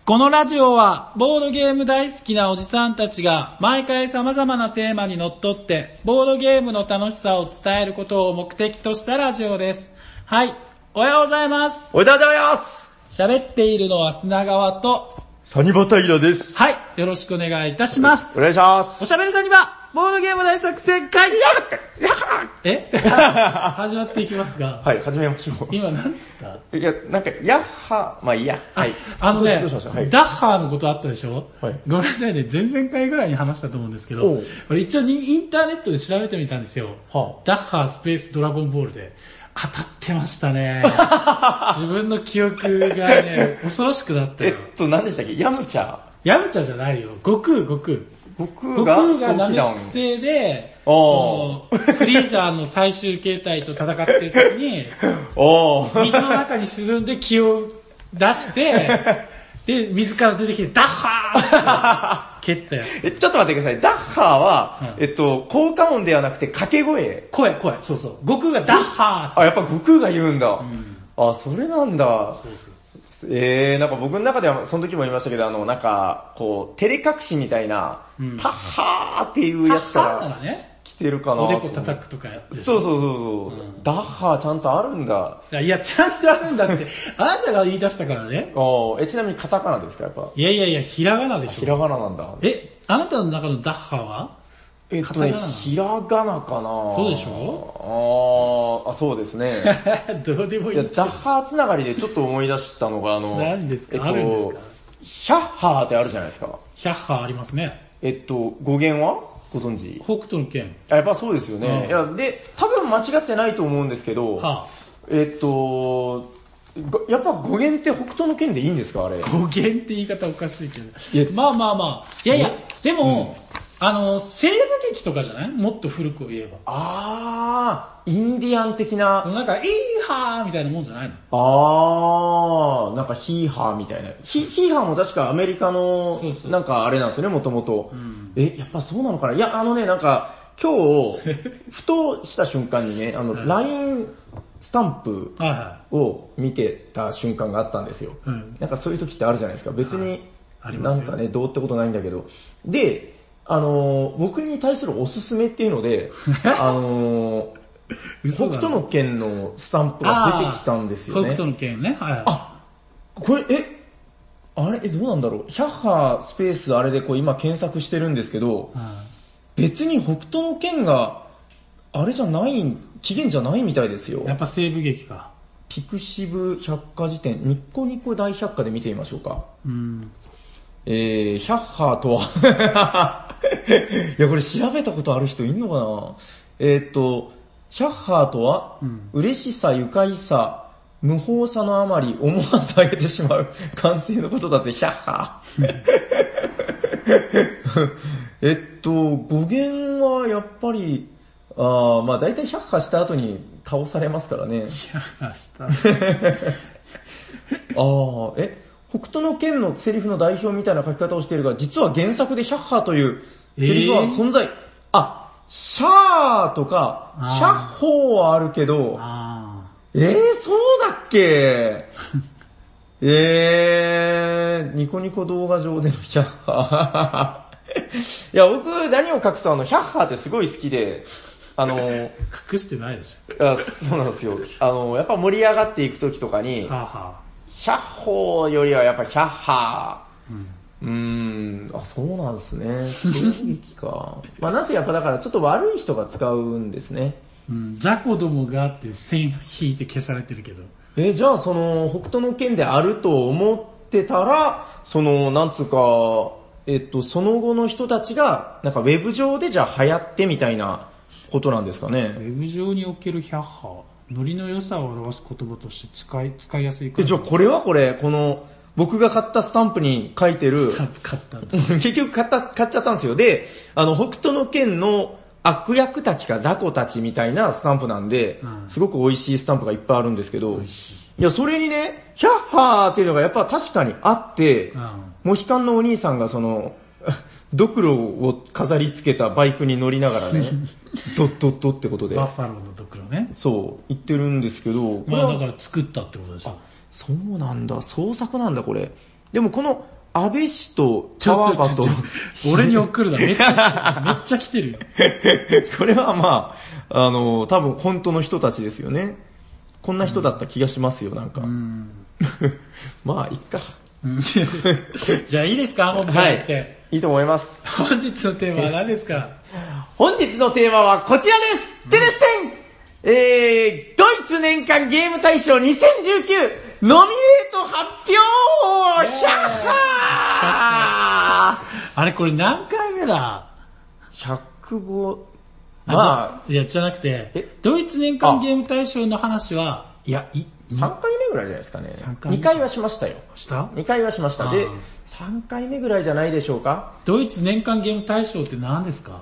このラジオはボードゲーム大好きなおじさんたちが毎回様々なテーマにのっとってボードゲームの楽しさを伝えることを目的としたラジオです。はい、おはようございます。 おはようございます。 喋っているのは砂川とサニバタイラです。 はい、よろしくお願いいたします。 お願いします。 おしゃべりサニバボードゲーム大作戦会始まっていきますが。 はい、始めましょう。 今何つったいや、なんか、ヤッハ、まあいいや。はい。 どうしましょう、はい、 ダッハーのことあったでしょ、 はい、 ごめんなさいね、前々回ぐらいに話したと思うんですけど、俺一応インターネットで調べてみたんですよ。ダッハースペースドラゴンボールで。当たってましたね。自分の記憶がね、恐ろしくなったよ。 何でしたっけ、ヤムチャヤムチャじゃないよ。悟空がナメック星で、フリーザーの最終形態と戦ってる時に、水の中に沈んで気を出して、で、水から出てきて、ダッハーって蹴ったやつ。 ちょっと待ってください。ダッハーは、効果音ではなくて掛け声。 声、そうそう。悟空がダッハーやっぱ悟空が言うんだ。それなんだ。なんか僕の中ではその時も言いましたけど、なんか、こう、照れ隠しみたいな、タッハーっていうやつから来てるかな。 おでこ叩くとかやってる。 そう。ダッハーちゃんとあるんだ。 いや、ちゃんとあるんだって、あなたが言い出したからね。 ちなみにカタカナですか、やっぱ。 いや、ひらがなでしょ。 ひらがななんだ。 あなたの中のダッハーはひらがなかな。 そうでしょそうですね。 どうでもいい。 ダッハーつながりでちょっと思い出したのが何ですか、あるんですか。 ヒャッハーってあるじゃないですか。 ヒャッハーありますね。 語源はご存知？ 北斗の拳。 やっぱそうですよね。いや、で、多分間違ってないと思うんですけど、やっぱ語源って北斗の拳でいいんですか、あれ。 語源って言い方おかしいけど。まあ。いや、でも、西部劇とかじゃない？もっと古く言えば。 インディアン的な。 なんか、イーハーみたいなもんじゃないの？ なんかヒーハーみたいな。ヒーハーも確かアメリカの、なんかあれなんですよね、もともと。やっぱそうなのかな？いや、なんか、今日、ふとした瞬間にね、LINE スタンプを見てた瞬間があったんですよ。なんかそういう時ってあるじゃないですか。別に、なんかね、どうってことないんだけど。で、僕に対するおすすめっていうので、北斗の拳のスタンプが出てきたんですよね。 北斗の拳ね。 これ、あれ、どうなんだろう。ヒャッハースペースあれでこう今検索してるんですけど、別に北斗の拳が、あれじゃない、期限じゃないみたいですよ。 やっぱ西部劇か。 ピクシブ百科事典、ニッコニコ大百科で見てみましょうか。ヒャッハーとは、いやこれ調べたことある人いんのかな？ヒャッハーとは、嬉しさ、愉快さ、無法さのあまり思わず上げてしまう感性のことだぜ、ヒャッハー。語源はやっぱり、まあ大体ヒャッハーした後に倒されますからね。 ヒャッハーした。 北斗の拳のセリフの代表みたいな書き方をしているが、実は原作でヒャッハーというセリフは存在。シャーとか、シャッホーはあるけど、そうだっけニコニコ動画上でのヒャッハー。いや、僕何を隠すヒャッハーってすごい好きで、 隠してないでしょ。そうなんですよ。やっぱ盛り上がっていく時とかに、ヒャッホーよりはやっぱヒャッハー。そうなんですね。衝撃か。なぜやっぱだからちょっと悪い人が使うんですね。 雑魚どもがあって線引いて消されてるけど。 じゃあ北斗の拳であると思ってたら、なんつうか、その後の人たちが、なんかウェブ上でじゃあ流行ってみたいなことなんですかね。 ウェブ上におけるヒャッハー。ノリの良さを表す言葉として使いやすいか。 じゃあこれは僕が買ったスタンプに書いてる。 スタンプ買ったんだ。 結局買っちゃったんですよ。で、北斗の拳の悪役たちか雑魚たちみたいなスタンプなんで、すごく美味しいスタンプがいっぱいあるんですけど、いや、それにね、ヒャッハーっていうのがやっぱ確かにあって、モヒカンのお兄さんがドクロを飾り付けたバイクに乗りながらね、ドッドッドってことで。 バッファローのドクロね。 そう、言ってるんですけど。 だから作ったってことでしょ。 そうなんだ、創作なんだこれ。でもこの安倍氏と川場と。 俺に送るな。めっちゃ来てるよ。 これはまあ、多分本当の人たちですよね。こんな人だった気がしますよ、なんか。まあ、いっか。 じゃあいいですか、本編って、はい。 いいと思います。 本日のテーマは何ですか？ 本日のテーマはこちらです。テレステンドイツ年間ゲーム大賞2019ノミネート発表100 あれこれ何回目だ？ 105 まあ、いや、じゃなくて、ドイツ年間ゲーム大賞の話は、いや、 3回目ぐらいじゃないですかね。2回はしましたよ。2回はしました。で、3回目ぐらいじゃないでしょうか。 ドイツ年間ゲーム大賞って何ですか？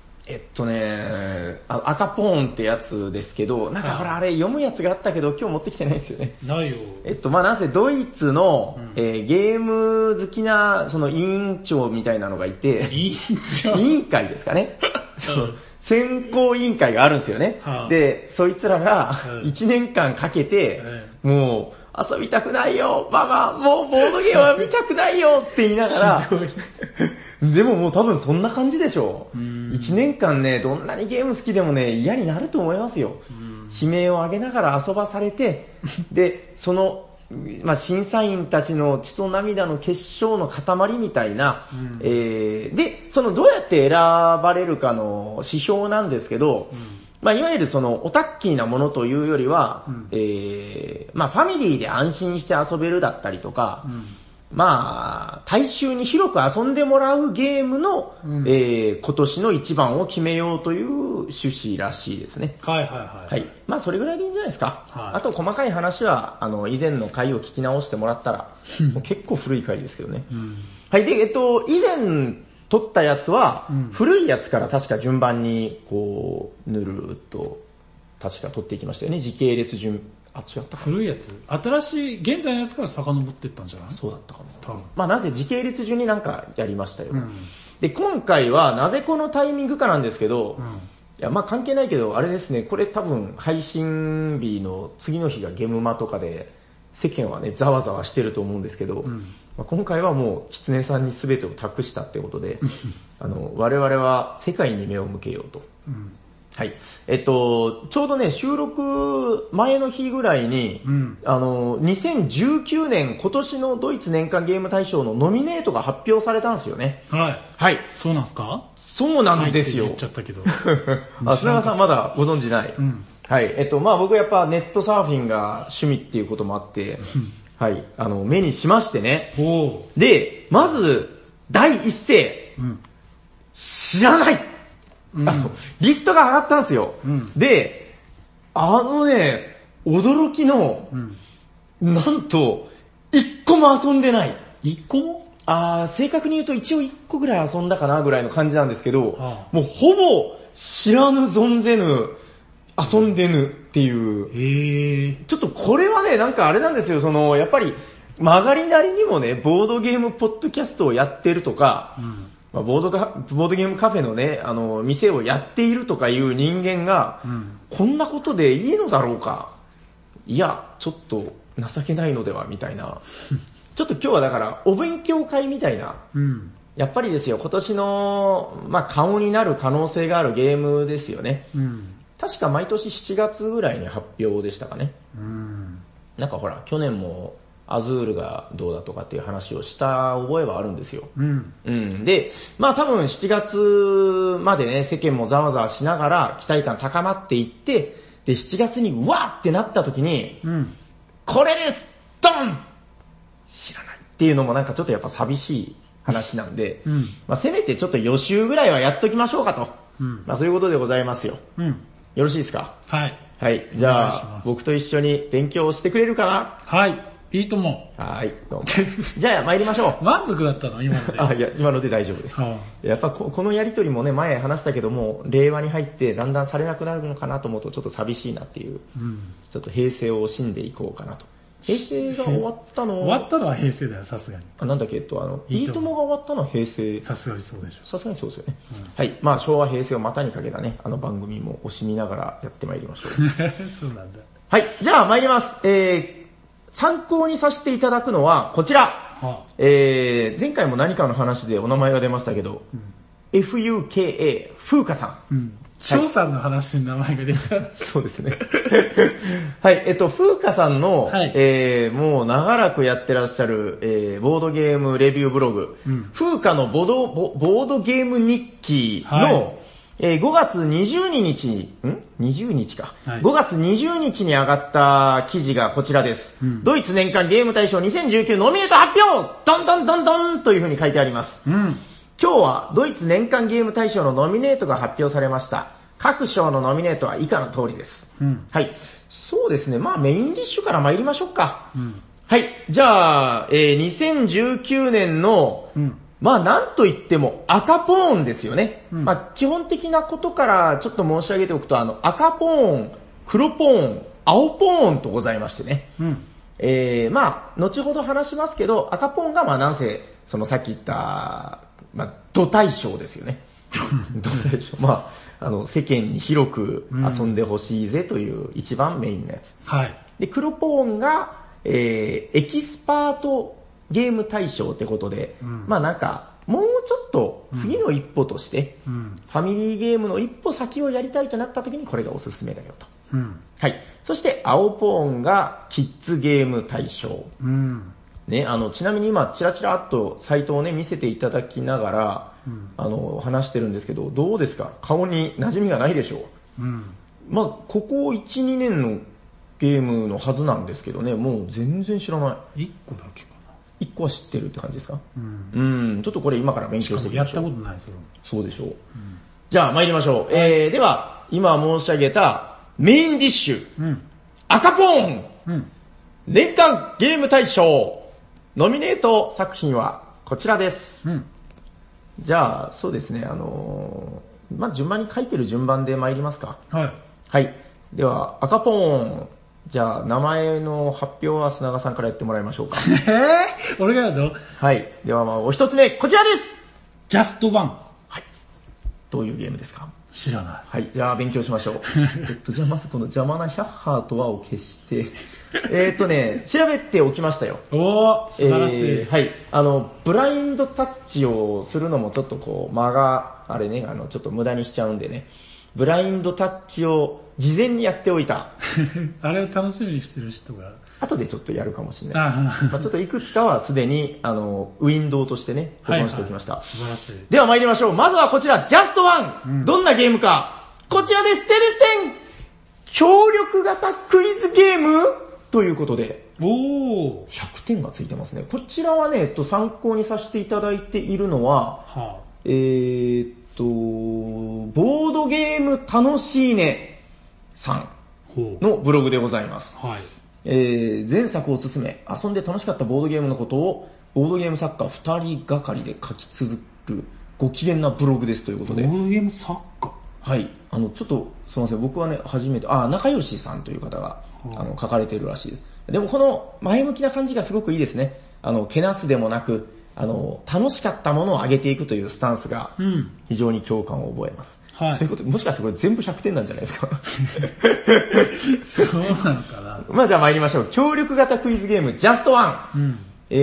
赤ポーンってやつですけど、なんかほらあれ読むやつがあったけど今日持ってきてないですよね。 ないよ。 まあなぜドイツの、ゲーム好きなその委員長みたいなのがいて、委員会ですかね。選考委員会があるんですよね。で、そいつらが1年間かけて、もう遊びたくないよ、ママ、もうボードゲームは見たくないよって言いながら、でももう多分そんな感じでしょう。1年間ね、どんなにゲーム好きでもね、嫌になると思いますよ。悲鳴を上げながら遊ばされて、で、その、まあ、審査員たちの血と涙の結晶の塊みたいな、で、そのどうやって選ばれるかの指標なんですけど、まあ、いわゆるそのオタッキーなものというよりは、まあ、ファミリーで安心して遊べるだったりとか、まあ、大衆に広く遊んでもらうゲームの、今年の一番を決めようという趣旨らしいですね。 はいはいはい。 はい。まあ、それぐらいでいいんじゃないですか。はい、あと、細かい話は、以前の回を聞き直してもらったら、もう結構古い回ですけどね。はい。で、以前撮ったやつは、古いやつから確か順番に、こう、ぬるーっと、確か撮っていきましたよね。時系列順。あ、違ったかな。 古いやつ？新しい、現在のやつから遡っていったんじゃない？ そうだったかも。多分。まあなぜ時系列順になんかやりましたよ。で、今回はなぜこのタイミングかなんですけど、いやまあ関係ないけど、あれですね、これ多分配信日の次の日がゲムマとかで、世間はね、ざわざわしてると思うんですけど、まあ、今回はもう、キツネさんに全てを託したってことで、我々は世界に目を向けようと。はい。ちょうどね、収録前の日ぐらいに、2019年今年のドイツ年間ゲーム大賞のノミネートが発表されたんですよね。 はい。 はい。 そうなんですか？ そうなんですよ。 言っちゃったけど。 砂川さんまだご存知ない。はい。まあ僕やっぱネットサーフィンが趣味っていうこともあって、はい。目にしましてね。で、まず、第一声。知らない、リストが上がったんですよ。で、驚きの、なんと、一個も遊んでない。 一個も？ 正確に言うと一応一個ぐらい遊んだかなぐらいの感じなんですけど、もうほぼ知らぬ存ぜぬ、遊んでぬっていう。ちょっとこれはね、なんかあれなんですよ、やっぱり、曲がりなりにもね、ボードゲームポッドキャストをやってるとか、まあ、ボードゲームカフェのね、店をやっているとかいう人間が、こんなことでいいのだろうか。いや、ちょっと情けないのでは、みたいな。ちょっと今日はだから、お勉強会みたいな。やっぱりですよ、今年の、まあ、顔になる可能性があるゲームですよね。確か毎年7月ぐらいに発表でしたかね。なんかほら、去年もアズールがどうだとかっていう話をした覚えはあるんですよ。で、まあ多分7月までね、世間もざわざわしながら期待感高まっていって、で、7月にうわーってなった時に、これですドン知らないっていうのもなんかちょっとやっぱ寂しい話なんで、まあせめてちょっと予習ぐらいはやっときましょうかと。まあそういうことでございますよ。よろしいですか？ はい。 はい。じゃあ、僕と一緒に勉強してくれるかな？ はい。いいと思う。はい。どうも。じゃあ参りましょう。満足だったの？今ので。 いや、今ので大丈夫です。やっぱこのやりとりもね、前話したけども、令和に入ってだんだんされなくなるのかなと思うとちょっと寂しいなっていう。ちょっと平成を惜しんでいこうかなと。平成が終わったの終わったのは平成だよ、さすがに。 なんだっけ、いいともが終わったのは平成。 さすがにそうでしょ。 さすがにそうですよね。はい。まあ昭和平成を股にかけたね、番組も惜しみながらやってまいりましょう。 そうなんだ。 はい。じゃあ参ります。参考にさせていただくのはこちら。 前回も何かの話でお名前が出ましたけど、FUKA、風花さん。 翔さんの話の名前が出た。 そうですね。はい、風花さんの、もう長らくやってらっしゃる、ボードゲームレビューブログ、風花のボードゲーム日記の、5月22日に、20日か、5月20日に上がった記事がこちらです。ドイツ年間ゲーム大賞2019ノミネート発表ドンドンドンドンという風に書いてあります。今日はドイツ年間ゲーム大賞のノミネートが発表されました。各賞のノミネートは以下の通りです。はい。そうですね。まあメインディッシュから参りましょうか。はい。じゃあ、2019年の、まあなんと言っても赤ポーンですよね。まあ基本的なことからちょっと申し上げておくと、赤ポーン、黒ポーン、青ポーンとございましてね。まあ後ほど話しますけど、赤ポーンがまあなんせ、そのさっき言った、まあ、土大賞ですよね。土大賞。まあ、世間に広く遊んでほしいぜという一番メインのやつ。で、黒ポーンが、エキスパートゲーム大賞ってことで、まあなんか、もうちょっと次の一歩として、ファミリーゲームの一歩先をやりたいとなった時にこれがおすすめだよと。はい。そして、青ポーンがキッズゲーム大賞。ね、ちなみに今、チラチラっとサイトをね、見せていただきながら、話してるんですけど、どうですか？顔に馴染みがないでしょう。まあ、ここ1、2年のゲームのはずなんですけどね、もう全然知らない。 1個だけかな。 1個は知ってるって感じですか？ちょっとこれ今から勉強していきましょう。 やったことない、それ。 そうでしょう。じゃあ参りましょう。では、今申し上げたメインディッシュ。赤ポーン、年間ゲーム大賞。ノミネート作品はこちらです。じゃあ、そうですね、まあ、順番に書いてる順番で参りますか。はい。では、赤ポーン。じゃあ、名前の発表は砂川さんからやってもらいましょうか。 俺がやるの？ はい。では、まあ、お一つ目、こちらです。 ジャストワン。 はい。どういうゲームですか？ 知らない。 はい。じゃあ、勉強しましょう。じゃあ、まずこの邪魔なヒャッハーと輪を消して、調べておきましたよ。 おー、素晴らしい。 はい。ブラインドタッチをするのもちょっとこう、間が、あれね、ちょっと無駄にしちゃうんでね。ブラインドタッチを事前にやっておいた。 あれを楽しみにしてる人が。 後でちょっとやるかもしれないです。まあ、ちょっといくつかはすでに、ウィンドウとしてね、保存しておきました。 素晴らしい。 では参りましょう。まずはこちら、ジャストワン。どんなゲームか。こちらです。テレステン協力型クイズゲームということで。100点がついてますね。こちらはね、参考にさせていただいているのは、ボードゲーム楽しいねさんのブログでございます。前作おすすめ、遊んで楽しかったボードゲームのことを、ボードゲーム作家2人がかりで書き続くご機嫌なブログですということで。 ボードゲーム作家？ はい。ちょっと、すみません。僕はね、初めて、仲良しさんという方が、書かれているらしいです。でもこの前向きな感じがすごくいいですね。けなすでもなく、楽しかったものを上げていくというスタンスが、非常に共感を覚えます。ということで、もしかしてこれ全部100点なんじゃないですか。 そうなのかな。 まあじゃあ参りましょう。協力型クイズゲーム、ジャストワン。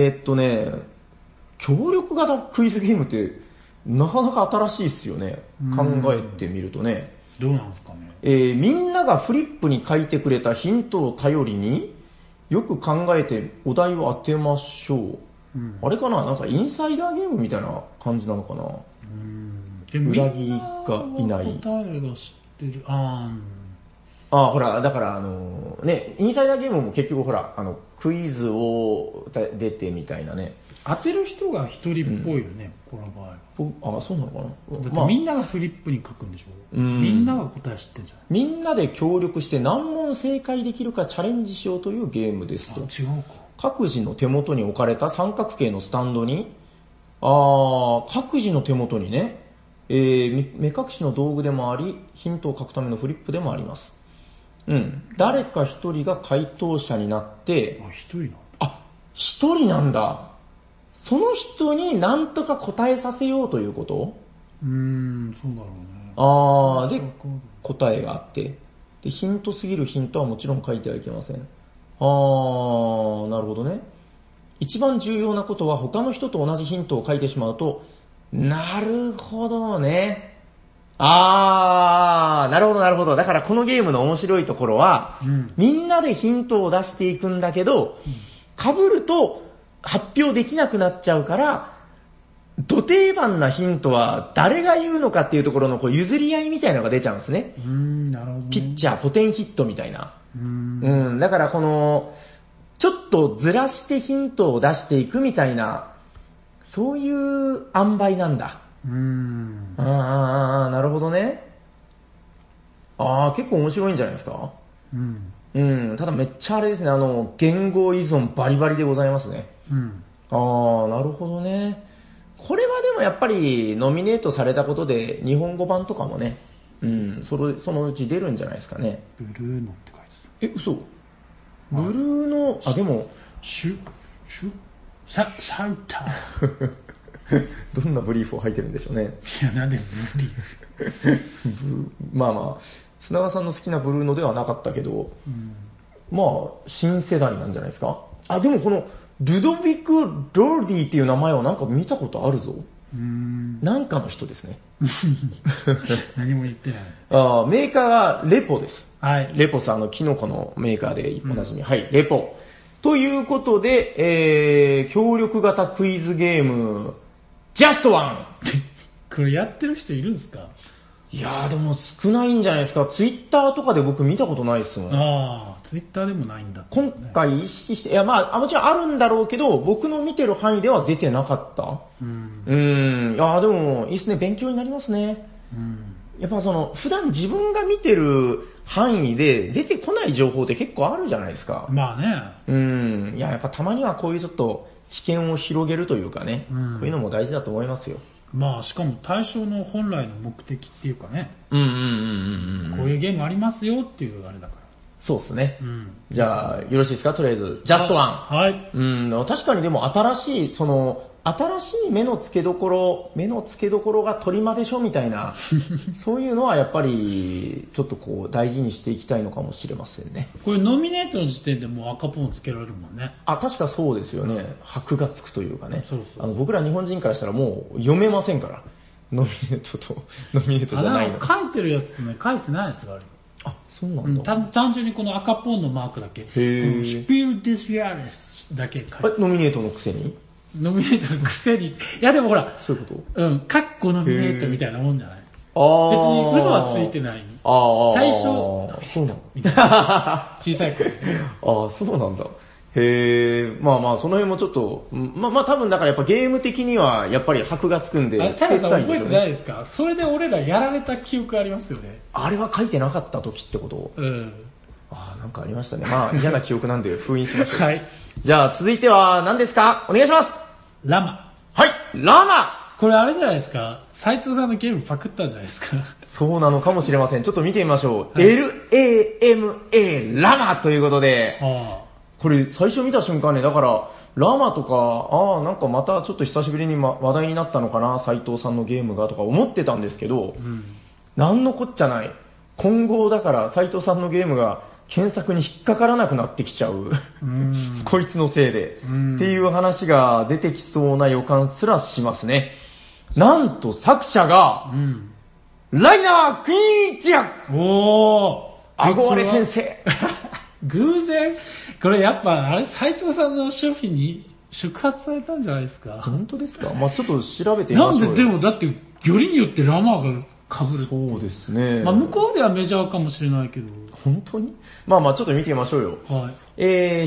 協力型クイズゲームって、なかなか新しいっすよね。考えてみるとね。 どうなんですかね。 みんながフリップに書いてくれたヒントを頼りに、よく考えてお題を当てましょう。あれかな？なんかインサイダーゲームみたいな感じなのかな？裏切りがいない。 答えが知ってる。 ほら、だからね、インサイダーゲームも結局ほら、クイズを出てみたいなね。 当てる人が一人っぽいよね、この場合。 そうなのかな？ だってみんながフリップに書くんでしょ？みんなが答え知ってんじゃない？ みんなで協力して何問正解できるかチャレンジしようというゲームですと。 違うか。 各自の手元に置かれた三角形のスタンドに、各自の手元にね、目隠しの道具でもあり、ヒントを書くためのフリップでもあります。誰か一人が回答者になって、一人なんだ。その人に何とか答えさせようということ？ そうだろうね。 で、答えがあって、で、ヒントすぎるヒントはもちろん書いてはいけません。なるほどね。 一番重要なことは他の人と同じヒントを書いてしまうと、なるほどね。なるほどなるほど。だからこのゲームの面白いところは、みんなでヒントを出していくんだけど、被ると発表できなくなっちゃうから、ド定番なヒントは誰が言うのかっていうところのこう譲り合いみたいなのが出ちゃうんですね。 なるほどね。 ピッチャー、ポテンヒットみたいな。だからこの、ちょっとずらしてヒントを出していくみたいな、そういう塩梅なんだ。なるほどね。結構面白いんじゃないですか。ただめっちゃあれですね、言語依存バリバリでございますね。なるほどね。これはでもやっぱりノミネートされたことで日本語版とかもね、そのうち出るんじゃないですかね。 ブルーノって書いて嘘。ブルーノ、でも、 サウター。 どんなブリーフを履いてるんでしょうね。 いや、なんでブリーフまあ、砂川さんの好きなブルーノではなかったけど、新世代なんじゃないですか。でもこの、ルドビク・ローディっていう名前はなんか見たことあるぞ。なんかの人ですね。 何も言ってない。 メーカーがレポです。 はい。 レポさん、キノコのメーカーでおなじみ。はい、レポ。ということで、協力型クイズゲーム、ジャストワンこれやってる人いるんですか？ いやーでも少ないんじゃないですか。ツイッターとかで僕見たことないっすもん。 ツイッターでもないんだ、ね。 今回意識して、もちろんあるんだろうけど、僕の見てる範囲では出てなかった。いやーでもいいっすね。勉強になりますね。やっぱ普段自分が見てる範囲で出てこない情報って結構あるじゃないですか。 まあね。 いや、やっぱたまにはこういうちょっと知見を広げるというかね、こういうのも大事だと思いますよ。 しかも対象の本来の目的っていうかね。こういうゲームありますよっていうあれだから。 そうですね。じゃあ、よろしいですか？とりあえず、ジャストワン。 はい。 確かにでも新しい目の付けどころが鳥間でしょみたいな、そういうのはやっぱり、ちょっとこう、大事にしていきたいのかもしれませんね。 これノミネートの時点でもう赤ポンつけられるもんね。 確かそうですよね。箔がつくというかね。僕ら日本人からしたらもう読めませんから。ノミネートじゃないの。 書いてるやつとね、書いてないやつがある。 そうなんだ。 単純にこの赤ポンのマークだけ。シュピルデスヤレスだけ書いてる。 ノミネートのくせにノミネートのくせに。いやでもほら、 そういうことカッコノミネートみたいなもんじゃない？別に嘘はついてない。対象、 そうなのみたいな。小さい子。そうなんだ。その辺もちょっと、多分だからやっぱゲーム的にはやっぱり箔がつくんで、 タカさん覚えてないですか？それで俺らやられた記憶ありますよね。 あれは書いてなかった時ってこと？なんかありましたね。嫌な記憶なんで封印しましょう。 はい。 じゃあ続いては何ですか？お願いします。 ラマ。 はい、ラマ！ これあれじゃないですか？斉藤さんのゲームパクったんじゃないですか？ そうなのかもしれません。ちょっと見てみましょう。LAMA ラマということで、これ最初見た瞬間ね、だからラマとか、なんかまたちょっと久しぶりに話題になったのかな、斉藤さんのゲームがとか思ってたんですけど、なんのこっちゃない。今後だから斉藤さんのゲームが検索に引っかからなくなってきちゃう。こいつのせいで。っていう話が出てきそうな予感すらしますね。なんと作者が、ライナー・クイーンチア顎割れ先生。 偶然これやっぱあれ斉藤さんの商品に触発されたんじゃないですか？ 本当ですか？ちょっと調べてみましょうよ。 なんででもだってよりによってラマーが被る。 そうですね。 向こうではメジャーかもしれないけど。 本当に？ちょっと見てみましょうよ。 はい。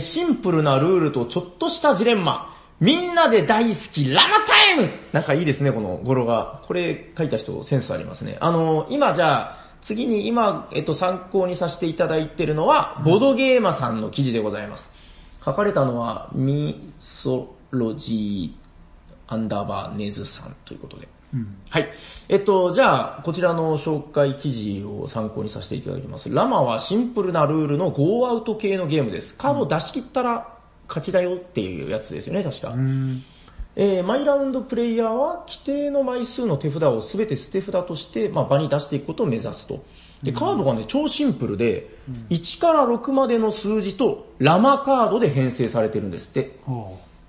シンプルなルールとちょっとしたジレンマ。みんなで大好きラマタイム！なんかいいですね、この語呂が。これ書いた人センスありますね。今じゃあ、次に今、参考にさせていただいているのは、ボドゲーマさんの記事でございます。書かれたのは、ミソロジーネズさんということで。はい。じゃあ、こちらの紹介記事を参考にさせていただきます。ラマはシンプルなルールのゴーアウト系のゲームです。カードを出し切ったら勝ちだよっていうやつですよね、確か。マイラウンドプレイヤーは規定の枚数の手札をすべて捨て札として、場に出していくことを目指すと。で、カードがね、超シンプルで、1から6までの数字とラマカードで編成されてるんですって。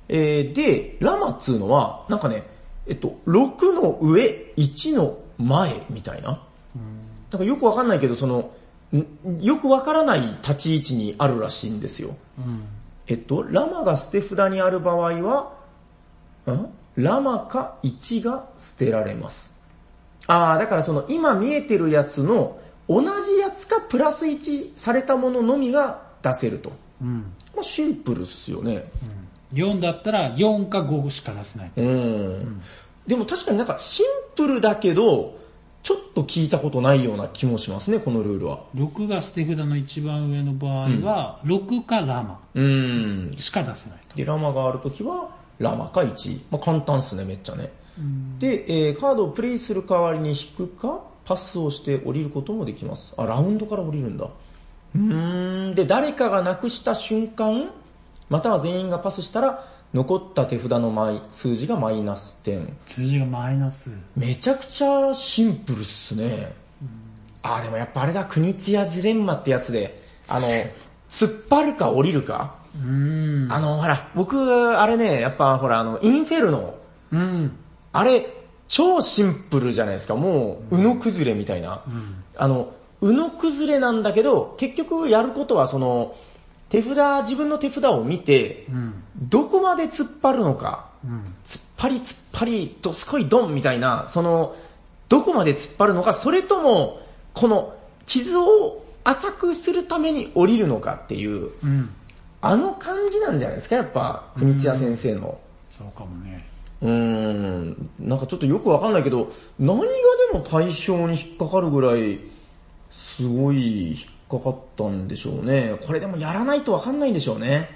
で、ラマっつうのは、なんかね、6の上、1の前みたいな。なんかよくわかんないけど、よくわからない立ち位置にあるらしいんですよ。ラマが捨て札にある場合は、ラマか1が捨てられます。だから今見えてるやつの同じやつかプラス1されたもののみが出せると。シンプルっすよね。 4だったら4か5しか出せない。 でも確かになんかシンプルだけど、ちょっと聞いたことないような気もしますね、このルールは。 6が捨て札の一番上の場合は、6かラマしか出せないと。 で、ラマがあるときは、ラマか1。簡単っすね、めっちゃね。で、カードをプレイする代わりに引くか、パスをして降りることもできます。ラウンドから降りるんだ。で、誰かがなくした瞬間、または全員がパスしたら、残った手札の数字がマイナス点。 数字がマイナス。 めちゃくちゃシンプルっすね。でもやっぱあれだ、クニツヤジレンマってやつで、突っ張るか降りるか。ほら、僕、あれね、やっぱほら、インフェルノ。あれ、超シンプルじゃないですか。もう、うの崩れみたいな。うの崩れなんだけど、結局やることは自分の手札を見て、どこまで突っ張るのか、突っ張り、どすこいドンみたいな、どこまで突っ張るのか、それとも、この傷を浅くするために降りるのかっていう、あの感じなんじゃないですか、やっぱ、国津屋先生の。 そうかもね。 なんかちょっとよくわかんないけど、何がでも対象に引っかかるぐらい、すごい引っかかったんでしょうね。これでもやらないとわかんないんでしょうね。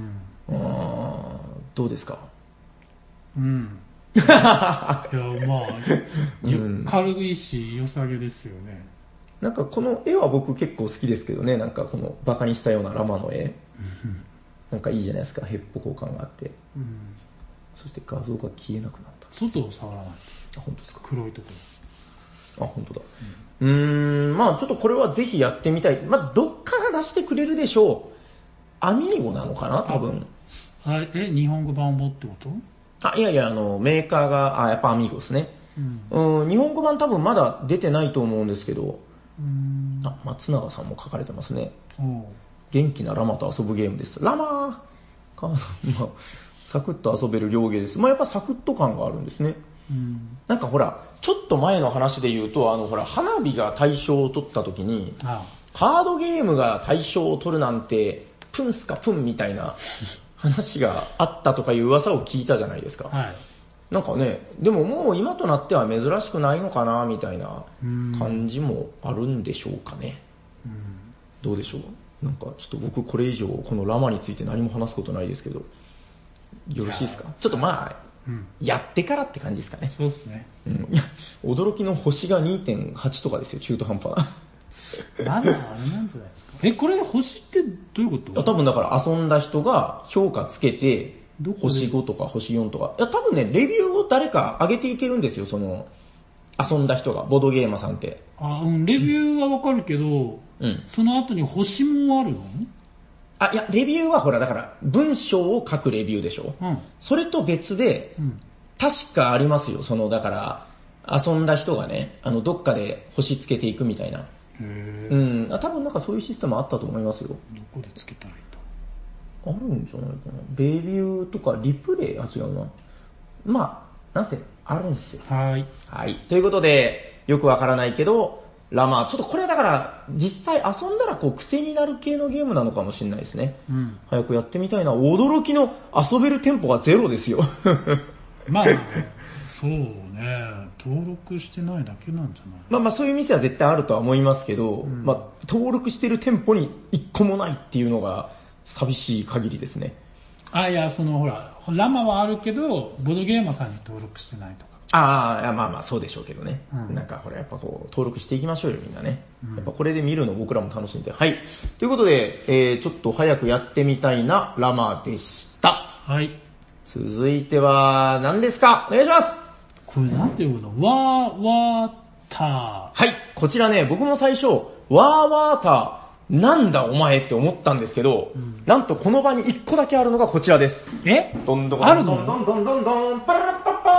どうですか？ いや、軽いし、良さげですよね。 なんかこの絵は僕結構好きですけどね。なんかこのバカにしたようなラマの絵。なんかいいじゃないですか。ヘッポコ感があって。そして画像が消えなくなった。 外を触らない。 本当ですか？ 黒いところ。本当だ。ちょっとこれはぜひやってみたい。どっから出してくれるでしょう。アミーゴなのかな多分。 日本語版もってこと？ いやいや、メーカーが、やっぱアミーゴですね。日本語版多分まだ出てないと思うんですけど、松永さんも書かれてますね。元気なラマと遊ぶゲームです。ラマーサクッと遊べる両ゲーです。やっぱサクッと感があるんですね。なんかほら、ちょっと前の話で言うと、ほら、花火が大賞を取った時に、カードゲームが大賞を取るなんて、プンスかプンみたいな話があったとかいう噂を聞いたじゃないですか。なんかね、でももう今となっては珍しくないのかな、みたいな感じもあるんでしょうかね。どうでしょう？なんかちょっと僕これ以上このラマについて何も話すことないですけど、よろしいですか？ちょっとやってからって感じですかね。 そうですね。 驚きの星が 2.8 とかですよ、中途半端。 まだあれなんじゃないですか。これ星ってどういうこと？ 多分だから遊んだ人が評価つけて、星5とか星4とか。多分ね、レビューを誰か上げていけるんですよ、遊んだ人が、ボードゲーマーさんって。 レビューはわかるけど、その後に星もあるの？ いや、レビューはほら、だから、文章を書くレビューでしょ。それと別で、確かありますよ。だから、遊んだ人がね、どっかで星つけていくみたいな。多分なんかそういうシステムあったと思いますよ。 どこでつけたらいいと？ あるんじゃないかな。レビューとか、リプレイ、違うな。なんせ、あるんですよ。 はい。 ということで、よくわからないけど、ラマ、ちょっとこれだから、実際遊んだら癖になる系のゲームなのかもしれないですね。早くやってみたいな。驚きの遊べるテンポがゼロですよ。 そうね。登録してないだけなんじゃない？ そういう店は絶対あるとは思いますけど、登録してる店舗に一個もないっていうのが寂しい限りですね。 いや、ほら、ラマはあるけど、ボードゲーマーさんに登録してないとか。 そうでしょうけどね。なんかほら、やっぱ登録していきましょうよ、みんなね。やっぱこれで見るの僕らも楽しんで。はい。ということで、ちょっと早くやってみたいなラマでした。続いては、何ですか？お願いします。 これなんていうの？ワーター。 こちらね、僕も最初、ワーター、 なんだお前って思ったんですけど、なんとこの場に1個だけあるのがこちらです。 どんどんどんどんどんどんどんどん、パラッパッ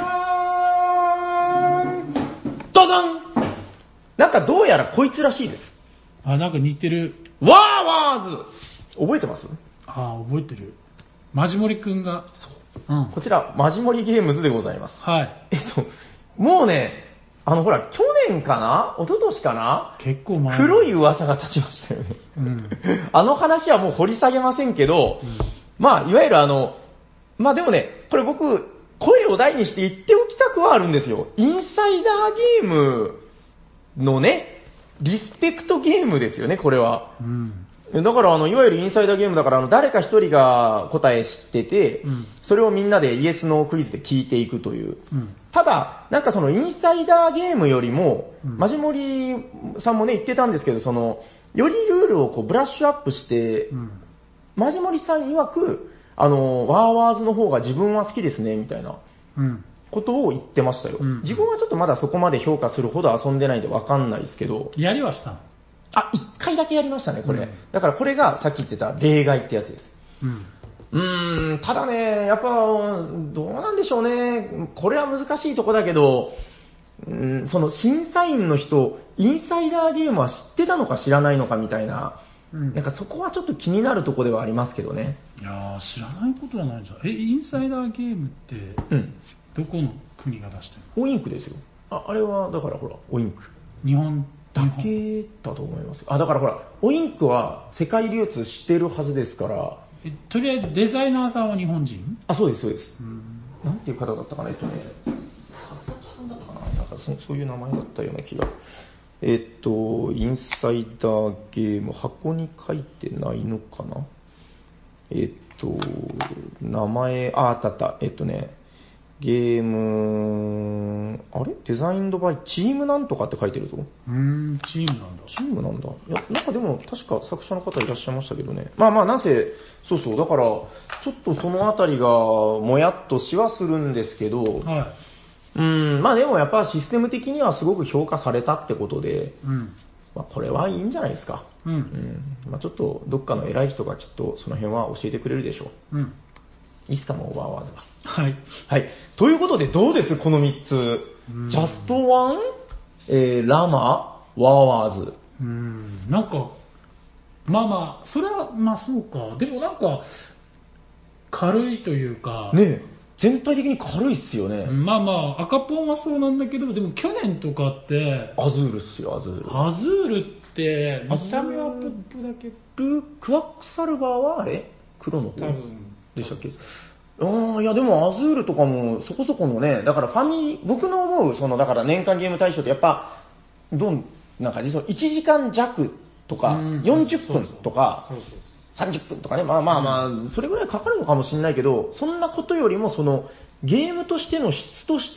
パーン、ドドン。なんかどうやらこいつらしいです。 なんか似てる。 ワーワーズ覚えてます？ 覚えてる。マジモリくんが。 そう。こちら、マジモリゲームズでございます。 はい。 もうね、ほら、去年かな？一昨年かな？ 結構前。 黒い噂が立ちましたよね。話はもう掘り下げませんけど、まあ、いわゆるまあでもね、これ僕、声を大にして言っておきたくはあるんですよ。インサイダーゲームのね、リスペクトゲームですよね、これは。だからいわゆるインサイダーゲームだから誰か一人が答え知ってて、それをみんなでイエスノークイズで聞いていくという。ただ、なんかそのインサイダーゲームよりも、マジモリさんもね言ってたんですけど、よりルールをこうブラッシュアップして、マジモリさん曰く、ワーワーズの方が自分は好きですね、みたいなことを言ってましたよ。自分はちょっとまだそこまで評価するほど遊んでないんでわかんないですけど。 やりはしたの？ 一回だけやりましたね、これ。だからこれがさっき言ってた例外ってやつです。ただね、やっぱ、どうなんでしょうね。これは難しいとこだけど、その審査員の人、インサイダーゲームは知ってたのか知らないのかみたいな、なんかそこはちょっと気になるとこではありますけどね。 いやー、知らないことはないじゃん。インサイダーゲームって、どこの国が出してるの？ オインクですよ。あれは、だからほら、オインク。 日本だけだと思います。だからほら、オインクは世界流通してるはずですから。 とりあえずデザイナーさんは日本人？ そうです、そうです。なんていう方だったかな、佐々木さんだったかな、なんかそういう名前だったような気が。インサイダーゲーム、箱に書いてないのかな。名前、あった。ゲーム、デザインドバイチームなんとかって書いてるぞ。 チームなんだ。 チームなんだ。いや、なんかでも確か作者の方いらっしゃいましたけどね。まあなんせ、そう、だから、ちょっとそのあたりがもやっとしはするんですけど、まあでもやっぱシステム的にはすごく評価されたってことで、まあこれはいいんじゃないですか。まあちょっとどっかの偉い人がきっとその辺は教えてくれるでしょう。いいっすか、もうワーワーズは。はい。ということでどうですこの3つ。ジャストワン、ラマ、ワーワーズ。 なんか、まあ、それは、まあそうか。でもなんか、軽いというか。 ね全体的に軽いっすよね。 まあ、赤ポンはそうなんだけど、でも去年とかって、 アズールっすよ、アズール。 アズールって、見た目はポップだけど、 クワックサルバーはあれ黒の方多分。 でしたっけ？いやでもアズールとかもそこそこのね、だから僕の思う、だから年間ゲーム大賞ってやっぱ、なんか実は1時間弱とか、40分とか、30分とかね、まあ、それぐらいかかるのかもしれないけど、そんなことよりもゲームとしての質として、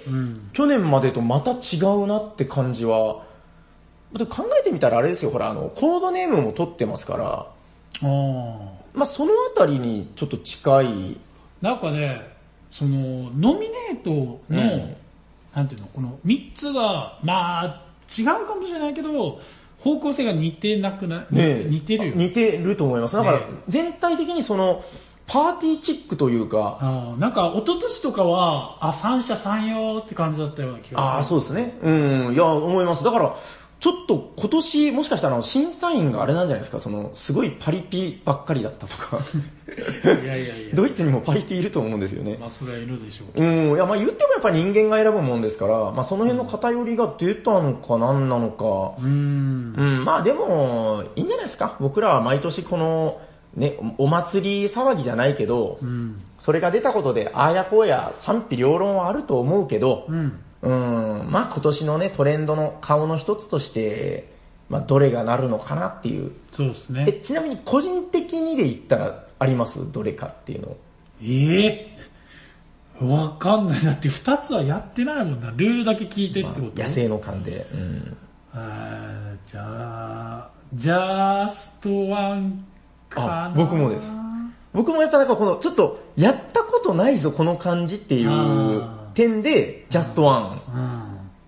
去年までとまた違うなって感じは、考えてみたらあれですよ、ほらコードネームも取ってますから、まあそのあたりにちょっと近い。 なんかね、ノミネートの、なんていうの、この3つが、まあ、違うかもしれないけど、方向性が似てなくない？似てるよ。 似てると思います。だから、全体的にパーティーチックというか。 なんか、一昨年とかは、三者三様って感じだったような気がする。 そうですね。いや、思います。だから、ちょっと今年もしかしたら審査員があれなんじゃないですか、すごいパリピばっかりだったとか。 いや。 ドイツにもパリピいると思うんですよね。 まあそれはいるでしょう。 いやまあ言ってもやっぱり人間が選ぶもんですから、まあその辺の偏りが出たのか何なのか。まあでも、いいんじゃないですか。僕らは毎年ね、お祭り騒ぎじゃないけど、それが出たことで、ああやこうや賛否両論はあると思うけど、まあ今年のね、トレンドの顔の一つとして、まあどれがなるのかなっていう。 そうですね。 ちなみに個人的にで言ったらありますどれかっていうの。 わかんない。だって2つはやってないもんな。ルールだけ聞いてってこと、 野生の勘で。 じゃあ、ジャストワンかな。 僕もです。僕もやっぱなんかちょっと、やったことないぞこの感じっていう点で、ジャストワン。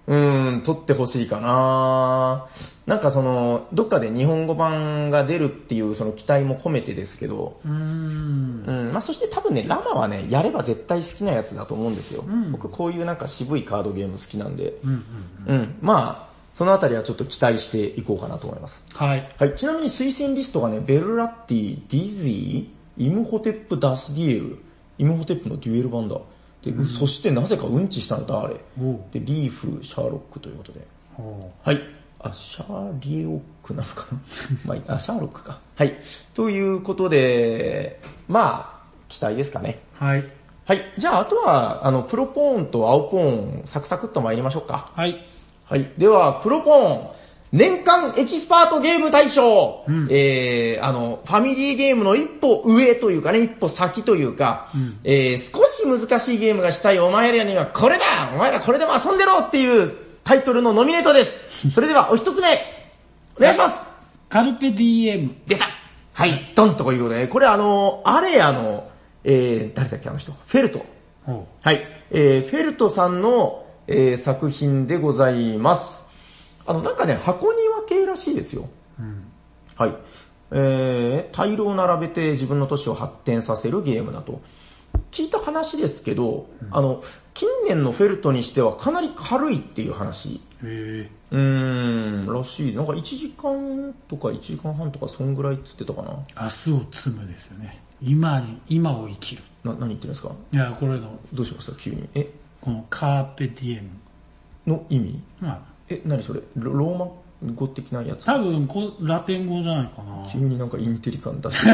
撮ってほしいかな。なんかどっかで日本語版が出るっていうその期待も込めてですけど、まあそして多分ね、ラマはね、やれば絶対好きなやつだと思うんですよ。僕こういうなんか渋いカードゲーム好きなんで、まあ、そのあたりはちょっと期待していこうかなと思います。はい。はい。ちなみに推薦リストがね、ベルラッティ、ディズィ、イムホテップ・ダスディエル、イムホテップのデュエル版だ。で、そしてなぜかうんちしたのだ、あれ。で、リーフ、シャーロックということで。はい。シャーリオックなのかなまあ、シャーロックか。はい。ということで、まあ、期待ですかね。はい。はい。じゃあ、あとは、黒ポーンと青ポーン、サクサクっと参りましょうか。はい。はい。では、黒ポーン、年間エキスパートゲーム大賞、ファミリーゲームの一歩上というかね、一歩先というか、少し難しいゲームがしたいお前らにはこれだお前らこれでも遊んでろっていうタイトルのノミネートです。それではお一つ目、お願いします。 カルペディエム。 出た。はい、ドンということで、これアレアの、誰だっけあの人、フェルト。はい、フェルトさんの、作品でございます。なんかね、箱庭系らしいですよ。はい。タイルを並べて自分の都市を発展させるゲームだと。聞いた話ですけど、近年のフェルトにしてはかなり軽いっていう話。らしい。なんか1時間とか1時間半とかそんぐらいって言ってたかな。 明日を積むですよね。今を生きる。 何言ってるんですか？ いや、これの。 どうしました急に。 このカーペディエム。 の意味？何それ？ローマ語的なやつ？ 多分ラテン語じゃないかな。 急になんかインテリ感出して。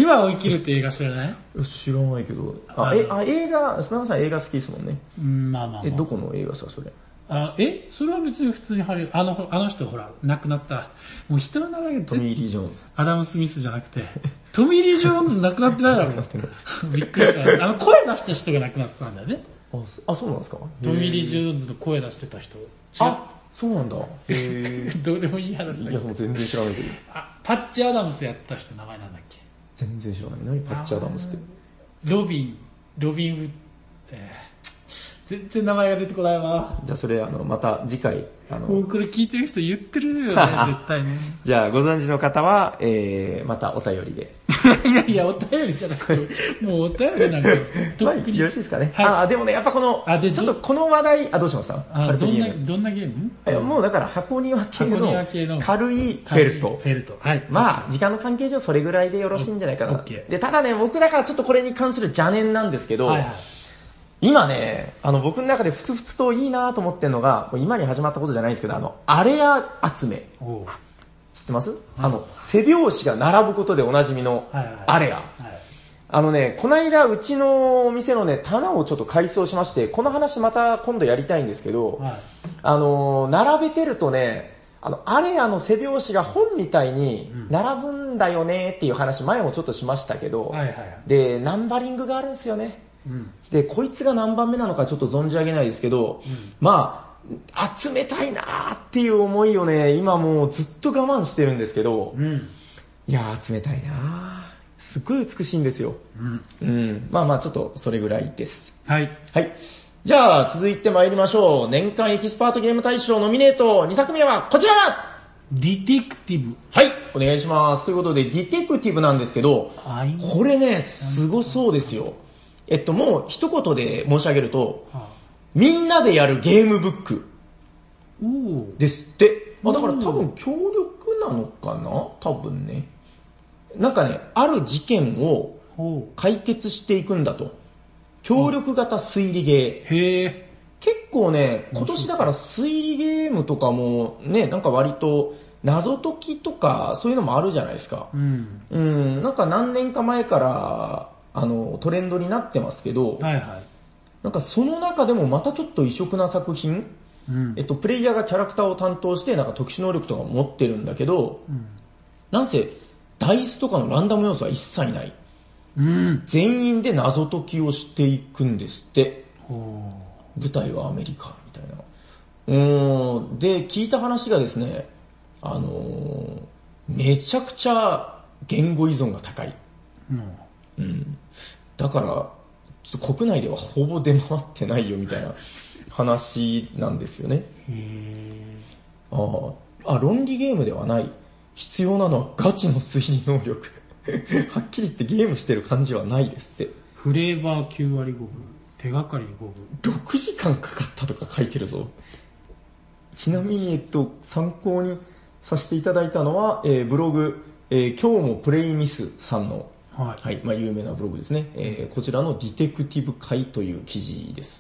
今を生きるって映画知らない？ 知らないけど。映画、砂川さん映画好きですもんね。 まあまあ、 どこの映画さ、それ？ それは別に普通にあの人ほら、亡くなった。もう人の名前がトミー・リー・ジョーンズ。 アダム・スミスじゃなくて、トミー・リー・ジョーンズ亡くなってないだろ。びっくりした。声出した人が亡くなってたんだよね。 そうなんですか？ トミー・リー・ジョーンズの声出してた人。 そうなんだ。どうでもいい話だけど。 いや、もう全然知らないけど。 パッチ・アダムスやった人名前なんだっけ？ 全然知らない。何パッチ・アダムスって。 ロビンウッ全然名前が出てこないわ。 じゃあそれまた次回もうこれ聞いてる人言ってるよね絶対ね。 じゃあご存知の方はまたお便りで。 いやお便りじゃなくてもうお便りなんか特によろしいですかね。はい。でもねやっぱちょっとこの話題どうしますか？ どんなゲーム？ もうだから箱庭系の軽いフェルト。はい。まあ時間の関係上それぐらいでよろしいんじゃないかな。でただね僕だからちょっとこれに関する邪念なんですけど。今ね、僕の中でふつふつといいなと思ってるのが、今に始まったことじゃないんですけど、アレア集め。知ってます？背拍子が並ぶことでおなじみのアレア。この間うちのお店のね、棚をちょっと改装しまして、この話また今度やりたいんですけど、並べてるとね、アレアの背拍子が本みたいに並ぶんだよねっていう話前もちょっとしましたけど、で、ナンバリングがあるんですよね。で、こいつが何番目なのかちょっと存じ上げないですけど、まあ、集めたいなーっていう思いをね、今もうずっと我慢してるんですけど、いやー集めたいなー。すっごい美しいんですよ。まあまあちょっとそれぐらいです。はい。はい。じゃあ続いて参りましょう。年間エキスパートゲーム大賞ノミネート2作目はこちらだ！ ディテクティブ。 はい、お願いします。ということでディテクティブなんですけど、これね、すごそうですよ。もう一言で申し上げると、みんなでやるゲームブックですって。だから多分協力なのかな多分ね。なんかね、ある事件を解決していくんだと。協力型推理ゲー。結構ね、今年だから推理ゲームとかもね、なんか割と謎解きとかそういうのもあるじゃないですか。なんか何年か前からトレンドになってますけど、なんかその中でもまたちょっと異色な作品、プレイヤーがキャラクターを担当してなんか特殊能力とか持ってるんだけど、なんせダイスとかのランダム要素は一切ない。全員で謎解きをしていくんですって。舞台はアメリカみたいな。で、聞いた話がですね、めちゃくちゃ言語依存が高い。だから、 ちょっと国内ではほぼ出回ってないよみたいな話なんですよね。論理ゲームではない。必要なのはガチの推理能力。はっきり言ってゲームしてる感じはないですって。 フレーバー9割5分。手がかり5分。 6時間かかったとか書いてるぞ。ちなみに、参考にさせていただいたのは、ブログ、今日もプレイミスさんの、はい、有名なブログですね。こちらのディテクティブ会という記事です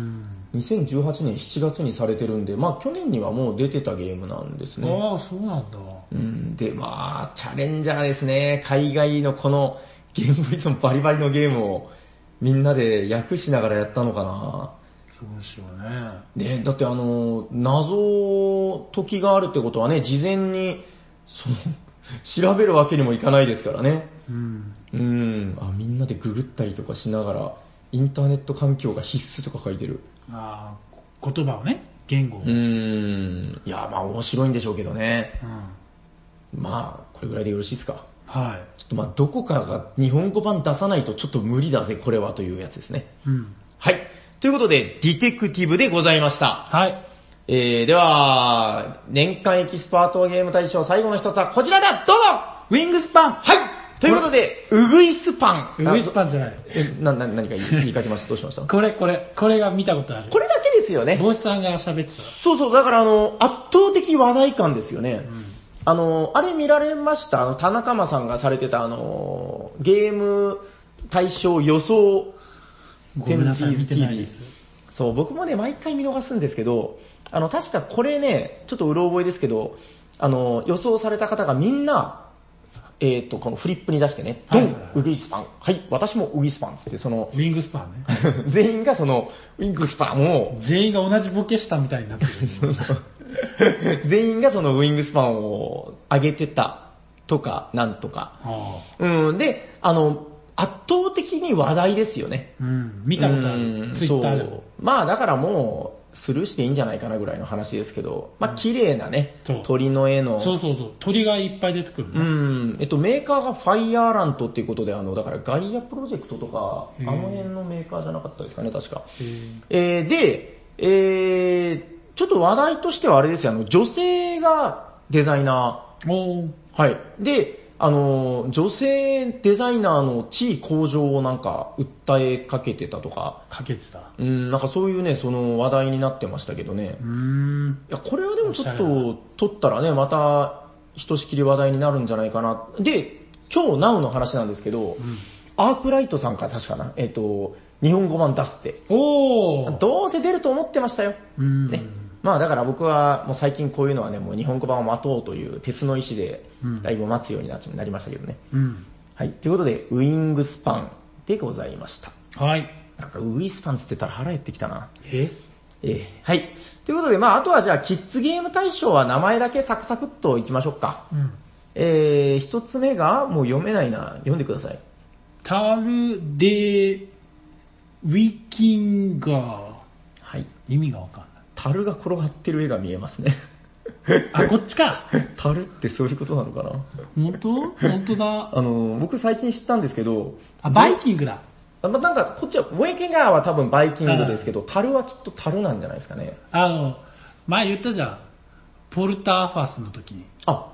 。2018年7月にされてるんで、去年にはもう出てたゲームなんですね。 ああ、そうなんだ。 で、チャレンジャーですね。海外のこのゲームボーイズのバリバリのゲームをみんなで訳しながらやったのかな。 そうですよね。 ね、だって謎解きがあるってことはね、事前に、調べるわけにもいかないですからね。みんなでググったりとかしながら、インターネット環境が必須とか書いてる。 言葉をね、言語を。 いや、面白いんでしょうけどね。これぐらいでよろしいですか。 はい。 ちょっとどこかが日本語版出さないとちょっと無理だぜ、これはというやつですね。はい。ということで、ディテクティブでございました。 はい。 では、年間エキスパートゲーム大賞最後の一つはこちらだ、どうぞウィングスパン。 はい。ということで、ウグイスパン。 ウグイスパンじゃない。 何か言いかけました？どうしました？ これが見たことある。 これだけですよね。 帽子さんが喋ってた。 そう、だから圧倒的話題感ですよね。あれ見られました？田中間さんがされてたゲーム大賞予想。 ごめんなさい、見てないです。 そう、僕もね、毎回見逃すんですけど、確かこれね、ちょっとうろ覚えですけど、予想された方がみんな、このフリップに出してね、ドン、ウグイスパン。はい、私もウグイスパンつって、ウィングスパンね。 全員がウィングスパンを、 全員が同じボケしたみたいになってる。全員がウィングスパンを上げてたとか、なんとか。で、圧倒的に話題ですよね。 見たことある。ツイッターでも。 だからもう、スルーしていいんじゃないかなぐらいの話ですけど、綺麗なね、鳥の絵の。 そう。鳥がいっぱい出てくるね。 メーカーがファイヤーラントっていうことで、だからガイアプロジェクトとか、あの辺のメーカーじゃなかったですかね、確か。で、ちょっと話題としてはあれですよ、女性がデザイナー。はい。で、女性デザイナーの地位向上を訴えかけてたとか。 かけてた。 そういうね、話題になってましたけどね。いや、これはでもちょっと、撮ったらね、また、ひとしきり話題になるんじゃないかな。で、今日、ナウの話なんですけど、アークライトさんから確かな、日本語版出すって。どうせ出ると思ってましたよ。ね。だから僕はもう最近こういうのはね、もう日本語版を待とうという鉄の意志で、だいぶ待つようになりましたけどね。はい。ということで、ウィングスパンでございました。 はい。 ウィスパンつってたら腹減ってきたな。はい。ということで、あとはじゃあ、キッズゲーム大賞は名前だけサクサクっといきましょうか。一つ目が、もう読めないな。読んでください。 タルデウィキンガー。 はい。 意味がわかんない。 樽が転がってる絵が見えますね。 こっちか。 樽ってそういうことなのかな。 本当だ。 僕最近知ったんですけど。 バイキングだ。 こっちは、ウェイキンガーは多分バイキングですけど、樽はきっと樽なんじゃないですかね。 前言ったじゃん。ポルターファスの時に。 はい。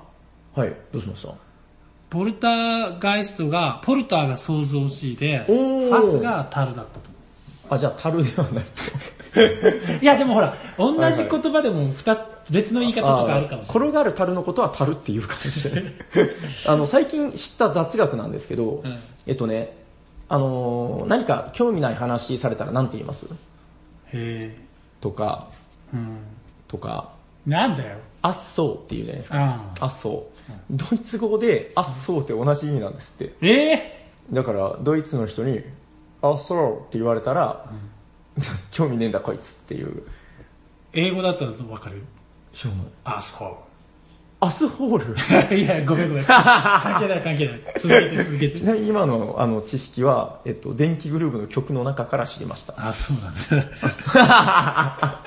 どうしました？ ポルターガイストが、ポルターが創造しで、ファスが樽だったと。 じゃあ樽ではない。 いやでもほら、同じ言葉でも別の言い方とかあるかもしれない。 転がる樽のことは樽っていうかもしれない。最近知った雑学なんですけど、何か興味ない話されたら何て言います？とか、 なんだよ。 あっそうって言うじゃないですか。あっそう。ドイツ語であっそうって同じ意味なんですって。だからドイツの人にあっそうって言われたら、興味ねえんだこいつっていう。 英語だったらわかる？アスホール。 アスホールいや、ごめん。関係ない。続けて。 ちなみに今の知識は、電気グルーヴの曲の中から知りました。 そうなんだ。 はい、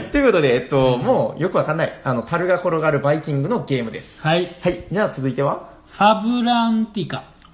ということで、もうよくわかんない、樽が転がるバイキングのゲームです。 はい。 はい、じゃあ続いてはファブランティカ。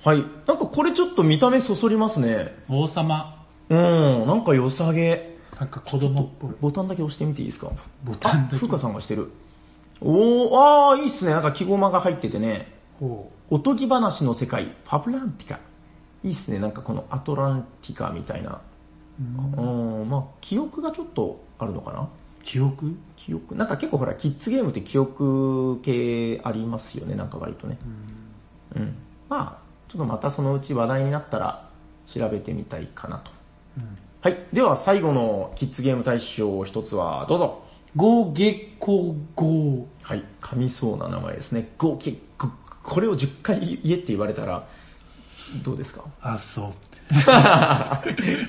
はい。なんかこれちょっと見た目そそりますね。 王様。 なんか良さげ。 なんか子供っぽい。 ボタンだけ押してみていいですか？ ボタンだけ。 風花さんがしてる。いいっすね。なんか木駒が入っててね。おとぎ話の世界、ファブランティカ。いいっすね。なんかこのアトランティカみたいな。まあ記憶がちょっとあるのかな？ 記憶なんか結構ほら、キッズゲームって記憶系ありますよね。なんか割とね。まあちょっとまたそのうち話題になったら調べてみたいかなと。はい。では最後のキッズゲーム大賞一つはどうぞ。 ゴーゲッコゴー。 はい。噛みそうな名前ですね。ゴーゲッコ。これを10回言えって言われたら、どうですか？ そう。 はい、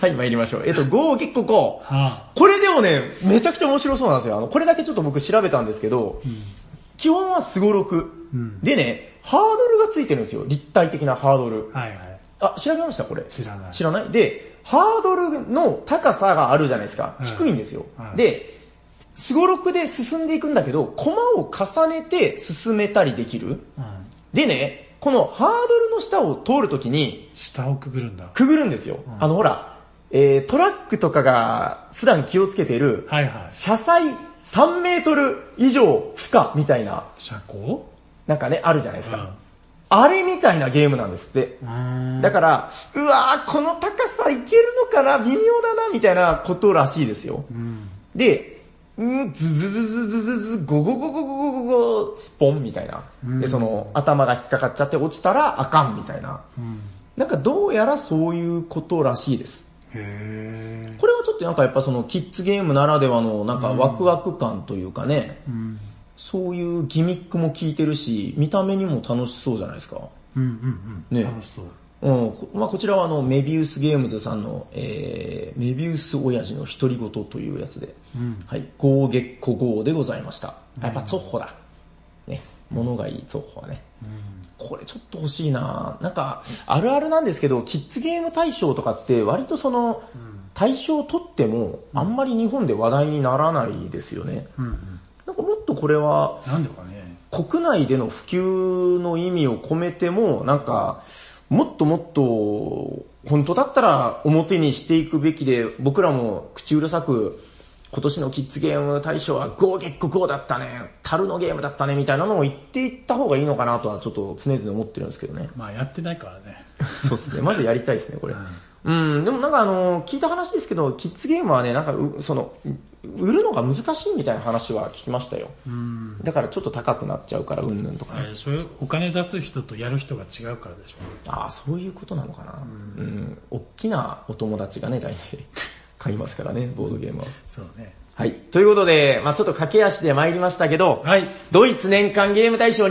参りましょう。ゴーゲッコゴー。これでもね、めちゃくちゃ面白そうなんですよ。これだけちょっと僕調べたんですけど、基本はスゴロク。でね、ハードルがついてるんですよ。立体的なハードル。調べましたこれ。 知らない。 知らない？で、ハードルの高さがあるじゃないですか。低いんですよ。で、スゴロクで進んでいくんだけど、コマを重ねて進めたりできる。でね、このハードルの下を通るときに、 下をくぐるんだ。 くぐるんですよ。ほら、トラックとかが普段気をつけている、車載3メートル以上負荷みたいな。 車高？ なんかね、あるじゃないですか。あれみたいなゲームなんですって。だから、うわー、この高さいけるのかな微妙だなみたいなことらしいですよ。で、ズズズズズズズゴゴゴゴゴゴゴゴスポンみたいな。で、その頭が引っかかっちゃって落ちたらあかんみたいな。なんかどうやらそういうことらしいです。これはちょっとなんかやっぱそのキッズゲームならではのなんかワクワク感というかね。そういうギミックも効いてるし、見た目にも楽しそうじゃないですか。 ね、楽しそう。 まあこちらはメビウスゲームズさんの、メビウス親父の独り言というやつで、はい、ゴーゲッコゴーでございました。やっぱツォッホだ。ね、物がいいツォッホはね。これちょっと欲しいな。なんか、あるあるなんですけど、キッズゲーム大賞とかって割とその、大賞を取っても、あんまり日本で話題にならないですよね。なんかもっとこれは、 なんでかね。 国内での普及の意味を込めても、なんか、もっともっと、本当だったら表にしていくべきで、僕らも口うるさく、今年のキッズゲーム大賞はゴーゲッコゴーだったね、樽のゲームだったね、みたいなのを言っていった方がいいのかなとはちょっと常々思ってるんですけどね。 まあやってないからね。 そうですね。まずやりたいですね、これ。でもなんか聞いた話ですけど、キッズゲームはね、なんか売るのが難しいみたいな話は聞きましたよ。だからちょっと高くなっちゃうからうんぬんとか、ね。 そういうお金出す人とやる人が違うからでしょ。 ああ、そういうことなのかな。大きなお友達がね、大体買いますからね、ボードゲームは。 そうね。 はい。ということで、まあちょっと駆け足で参りましたけど、ドイツ年間ゲーム大賞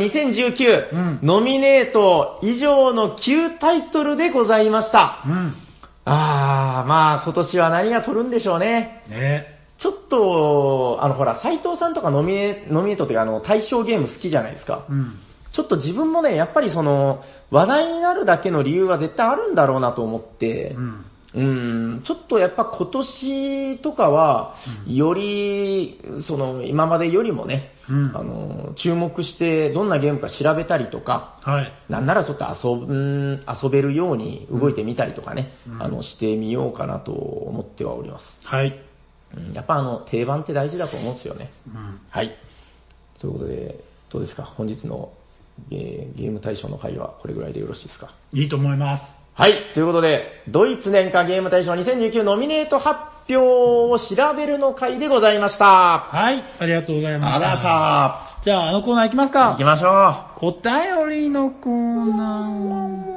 2019、ノミネート以上の9タイトルでございました。まあ今年は何が取るんでしょうね。ちょっと、ほら、斉藤さんとかノミネートというか対象ゲーム好きじゃないですか。ちょっと自分もね、やっぱり話題になるだけの理由は絶対あるんだろうなと思って、ちょっとやっぱ今年とかは、より、今までよりもね、注目してどんなゲームか調べたりとか、なんならちょっと遊べるように動いてみたりとかね、してみようかなと思ってはおります。やっぱ定番って大事だと思うんですよね。はい。ということで、どうですか？本日のゲーム大賞の回はこれぐらいでよろしいですか？ いいと思います。 はい。ということで、ドイツ年間ゲーム大賞2019ノミネート発表を調べるの回でございました。 はい。ありがとうございました。 ありがとうございました。 じゃあコーナー行きますか。 行きましょう。お便りのコーナー。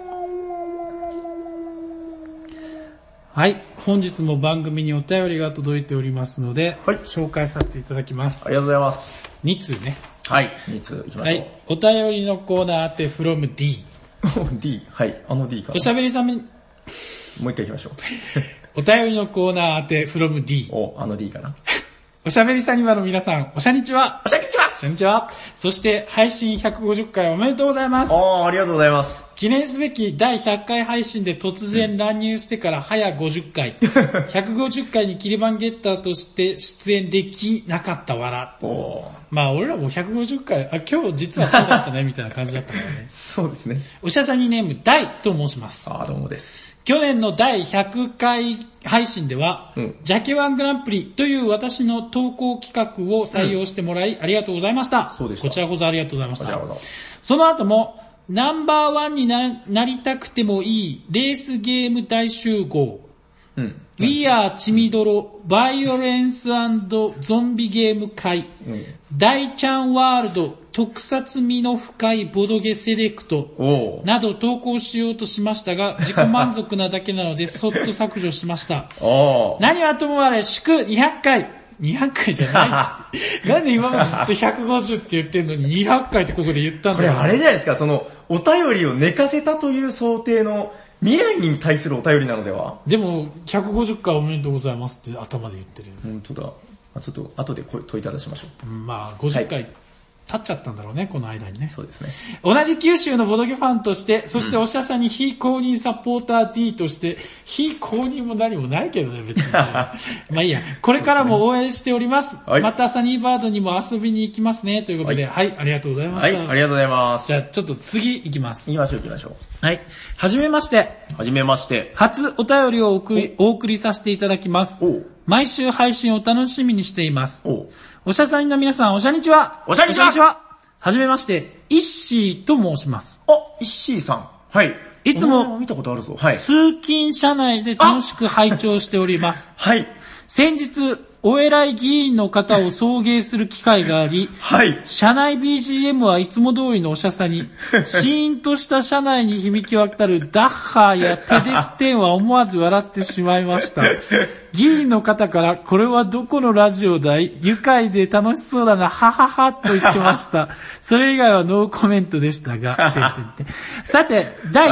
はい。本日も番組にお便りが届いておりますので、紹介させていただきます。 ありがとうございます。 2通ね。 はい。2通行きましょう。はい。 お便りのコーナー宛て from D。 D。はい。D かな。 おしゃべりさんもう一回行きましょう。 お便りのコーナー宛て from D。 D かな。 おしゃべりサニバの皆さん、おしゃにちは。 おしゃにちは。 おしゃにちは。そして配信150回おめでとうございます。 ありがとうございます。 記念すべき第100回配信で突然乱入してから早50回。150回にキリバンゲッターとして出演できなかったわら。まあ俺らも150回、今日実はそうだったねみたいな感じだったからね。 そうですね。 おしゃさにネームダイと申します。 どうもです。 去年の第100回配信では、ジャケワングランプリという私の投稿企画を採用してもらい、ありがとうございました。 そうでした。 こちらこそありがとうございました。その後も、ナンバーワンに なりたくてもいいレースゲーム大集合。We are チミドロバイオレンス&ゾンビゲーム会。大ちゃんワールド特撮味の深いボドゲセレクトなど投稿しようとしましたが、自己満足なだけなのでそっと削除しました。何はともあれ祝200回。200回じゃない。なんで今までずっと150って言ってんのに200回ってここで言ったんだろう。 これあれじゃないですか、そのお便りを寝かせたという想定の未来に対するお便りなのでは。 でも150回おめでとうございますって頭で言ってる。 本当だ。ちょっと後で問いただしましょう。 まあ50回、経っちゃったんだろうね、この間にね。 そうですね。 同じ九州のボドゲファンとして、そしておしゃさんに非公認サポーター D として、非公認も何もないけどね、別に、ね。まあいいや、これからも応援しております。はい、またサニーバードにも遊びに行きますね、ということで、はい、ありがとうございました。 はい、ありがとうございます。 じゃあちょっと次行きます。 行きましょう。 はい。はじめまして。初お便りをお送りさせていただきます。毎週配信を楽しみにしています。おしゃさんの皆さん、おしゃにちは。 おしゃにちは。 はじめまして、イッシーと申します。 イッシーさん。はい。 いつも、 見たことあるぞ。はい。 通勤車内で楽しく拝聴しております。 はい。 先日、お偉い議員の方を送迎する機会があり、 はい。 車内 BGM はいつも通りのおしゃさに、シーンとした車内に響き渡るダッハーやテデステンは思わず笑ってしまいました。議員の方から、これはどこのラジオだい？愉快で楽しそうだな、はははと言ってました。それ以外はノーコメントでしたが、さて、第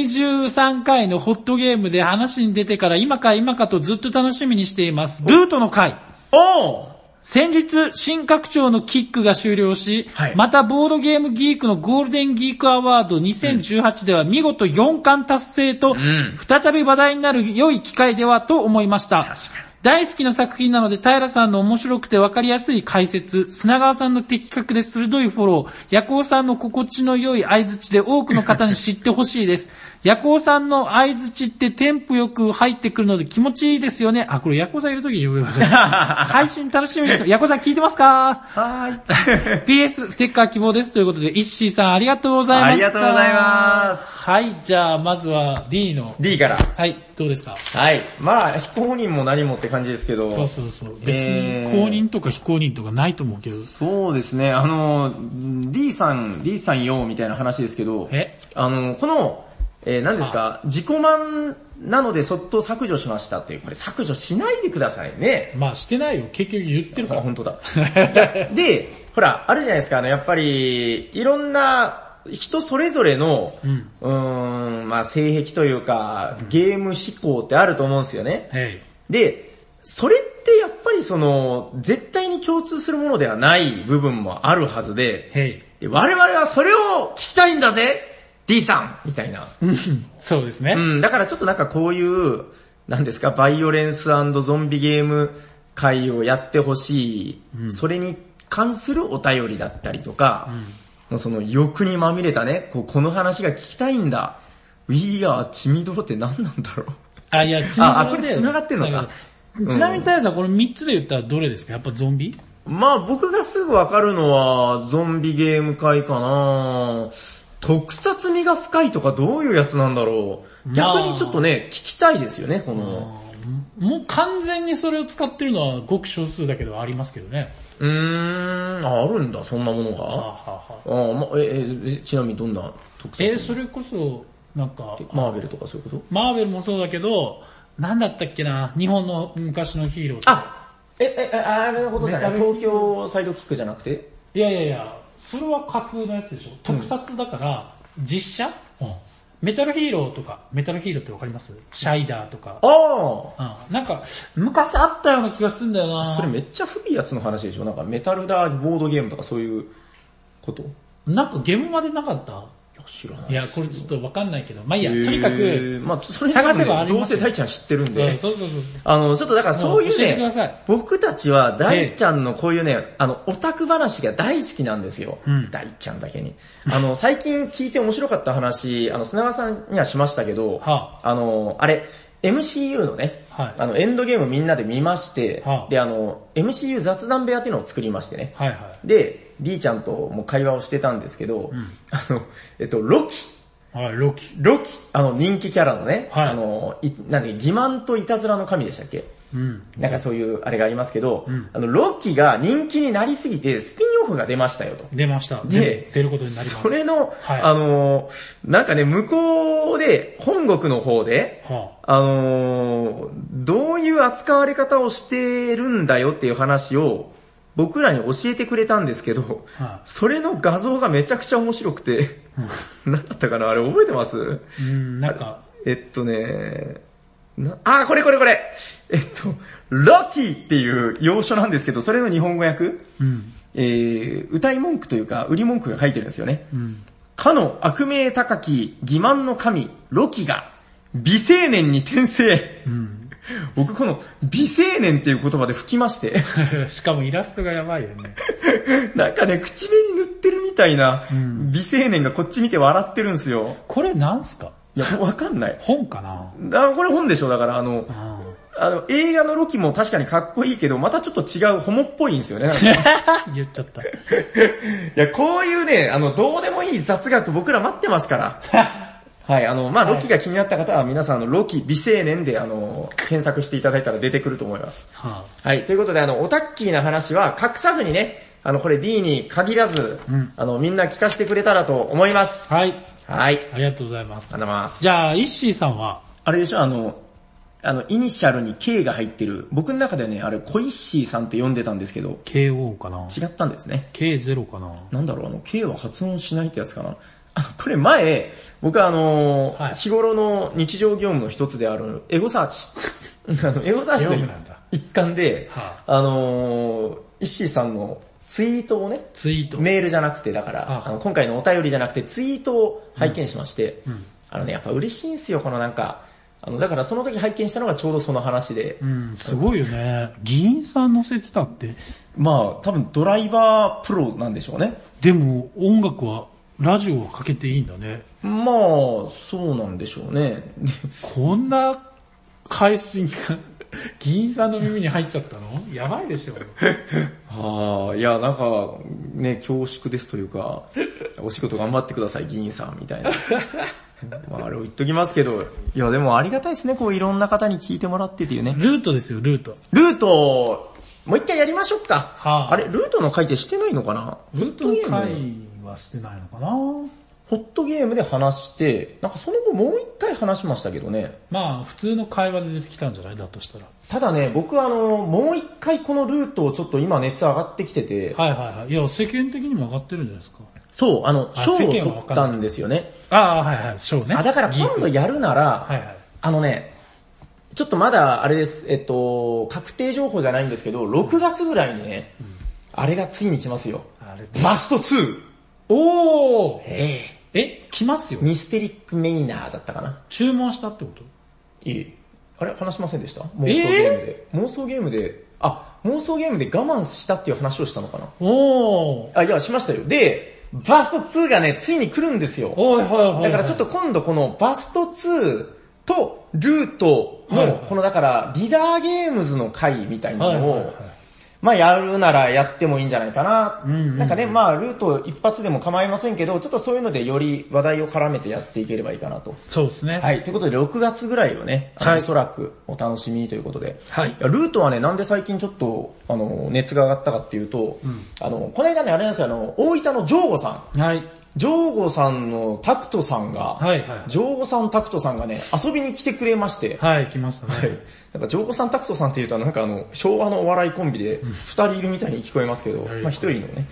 123回のホットゲームで話に出てから今かとずっと楽しみにしています。ルートの回。先日、新拡張のキックが終了し、またボードゲームギークのゴールデンギークアワード2018では見事4冠達成と、再び話題になる良い機会ではと思いました。大好きな作品なので、平さんの面白くて分かりやすい解説、砂川さんの的確で鋭いフォロー、ヤコウさんの心地の良い相槌で多くの方に知ってほしいです。ヤコウさんの相槌ってテンポよく入ってくるので気持ちいいですよね。これヤコウさんいるときに呼べばよかった。配信楽しみにして、ヤコウさん聞いてますか？ はい。 PS ステッカー希望ですということで、イッシーさんありがとうございました。 ありがとうございます。 はい、じゃあまずは D の。 D から。 はい、どうですか？ はい。まあ、非公認も何もって感じですけど。 そう。別に公認とか非公認とかないと思うけど。 そうですね。D さんよ、みたいな話ですけど。この、何ですか、自己満なのでそっと削除しましたっていう、これ削除しないでくださいね。 まあしてないよ。結局言ってるから。 本当だ。で、ほら、あるじゃないですか、やっぱり、いろんな人それぞれの、まあ性癖というか、ゲーム思考ってあると思うんですよね。で、それってやっぱり絶対に共通するものではない部分もあるはずで、我々はそれを聞きたいんだぜD さんみたいな。 そうですね。 だからちょっとこういう、何ですか、バイオレンス&ゾンビゲーム会をやってほしい、それに関するお便りだったりとか、欲にまみれたね、この話が聞きたいんだ。We are チミドロって何なんだろう。 いや、チミドロこれ繋がってんのか。 ちなみにタイさん、これ3つで言ったらどれですか？やっぱゾンビ？ まあ僕がすぐわかるのは、ゾンビゲーム会かな。特撮味が深いとかどういうやつなんだろう。逆にちょっとね、聞きたいですよね、 もう完全にそれを使ってるのはごく少数だけどありますけどね。 あるんだ、そんなものが。ちなみにどんな特撮？ それこそ、マーベルとかそういうこと？ マーベルもそうだけど、なんだったっけな、日本の昔のヒーロー。 あれのことじゃない？東京サイドキックじゃなくて？ いや、それは架空のやつでしょ。特撮だから、実写？ メタルヒーローとか、メタルヒーローってわかります？シャイダーとか。なんか、昔あったような気がするんだよな。 それめっちゃ古いやつの話でしょ？なんかメタルダーボードゲームとかそういうこと？ なんかゲームまでなかった？ 知らない。 いや、これちょっとわかんないけど。まあいいや、とにかく、 まあ、それ探せばあります、ね。どうせ大ちゃん知ってるんで。 そう。 ちょっとだからそういうね、僕たちは大ちゃんのこういうね、オタク話が大好きなんですよ。大ちゃんだけに。最近聞いて面白かった話、砂川さんにはしましたけど、あれ、MCU のね、エンドゲームみんなで見まして、で、MCU 雑談部屋っていうのを作りましてね。で、D ちゃんとも会話をしてたんですけど、ロキ。ロキ。人気キャラのね、なんで、欺瞞といたずらの神でしたっけ？なんかそういうあれがありますけど、ロキが人気になりすぎてスピンオフが出ましたよと。 出ました。で、出ることになります。 それの、なんかね、向こうで、本国の方で、どういう扱われ方をしてるんだよっていう話を、僕らに教えてくれたんですけど、それの画像がめちゃくちゃ面白くて、何だったかなあれ覚えてます？ なんか。 これ。ロキっていう要所なんですけど、それの日本語訳、歌い文句というか、売り文句が書いてるんですよね。かの悪名高き欺瞞の神、ロキが、美青年に転生。僕この美青年っていう言葉で吹きまして。 しかもイラストがやばいよね。 なんかね、口紅塗ってるみたいな、美青年がこっち見て笑ってるんですよ。 これなんすか？ いや、わかんない。 本かな？ これ本でしょ？だから映画のロキも確かにかっこいいけど、またちょっと違うホモっぽいんですよね。 言っちゃった。いや、こういうね、どうでもいい雑学僕ら待ってますから。はい、ロキが気になった方は皆さんロキ美青年で検索していただいたら出てくると思います。はい、ということでオタッキーな話は隠さずにね、これ D に限らず、みんな聞かせてくれたらと思います。 はい。ありがとうございます。 ありがとうございます。 じゃあ、イッシーさんはあれでしょ、イニシャルに K が入ってる、僕の中でね、あれ、コイッシーさんって呼んでたんですけど、 KO かな？ 違ったんですね。 K0 かな？ なんだろう、K は発音しないってやつかな。これ前、僕日頃の日常業務の一つであるエゴサーチ。エゴサーチの一環で、イッシーさんのツイートをね、メールじゃなくて、だから、今回のお便りじゃなくてツイートを拝見しまして、やっぱ嬉しいんですよ、このなんか、だからその時拝見したのがちょうどその話で。 すごいよね。議員さん乗せてたって。 まあ、多分ドライバープロなんでしょうね。 でも、音楽は、ラジオをかけていいんだね。 まあ、そうなんでしょうね。 こんな配信が議員さんの耳に入っちゃったの？やばいでしょ。 いや、なんか、ね、恐縮ですというか、お仕事頑張ってください、議員さん、みたいな。あれを言っときますけど、いや、でもありがたいですね、こういろんな方に聞いてもらってっていうね。 ルートですよ、ルート。 もう一回やりましょうか。あれ、ルートの回ってしてないのかな？ ルートの回はしてないのかな？ ホットゲームで話して、なんかその後もう一回話しましたけどね。 まあ、普通の会話で出てきたんじゃない？だとしたら。 ただね、僕はもう一回このルートをちょっと今熱上がってきてて。 いや、世間的にも上がってるんじゃないですか。 そう、賞を取ったんですよね。 賞ね。 だから今度やるなら、ちょっとまだあれです、確定情報じゃないんですけど、6月ぐらいにね、あれがついに来ますよ。バスト 2! おー！来ますよ。 ミステリックメイナーだったかな。 注文したってこと？ あれ話しませんでした？妄想ゲームで。妄想ゲームで我慢したっていう話をしたのかな。いや、しましたよ。で、バスト2がね、ついに来るんですよ。だからちょっと今度このバスト2とルートの、このだからリダーゲームズの回みたいなのを、まあやるならやってもいいんじゃないかな。なんかね、まあルート一発でも構いませんけど、ちょっとそういうのでより話題を絡めてやっていければいいかなと。 そうですね。 はい。ということで6月ぐらいをね、おそらくお楽しみということで。ルートはね、なんで最近ちょっと、熱が上がったかっていうと、この間ね、あれなんですよ、大分のジョーゴさん。ジョーゴさんのタクトさんが、ジョーゴさんタクトさんがね、遊びに来てくれまして。 来ましたね。 なんかジョーゴさんタクトさんって言うとなんか昭和のお笑いコンビで2人いるみたいに聞こえますけど、まあ1人のね、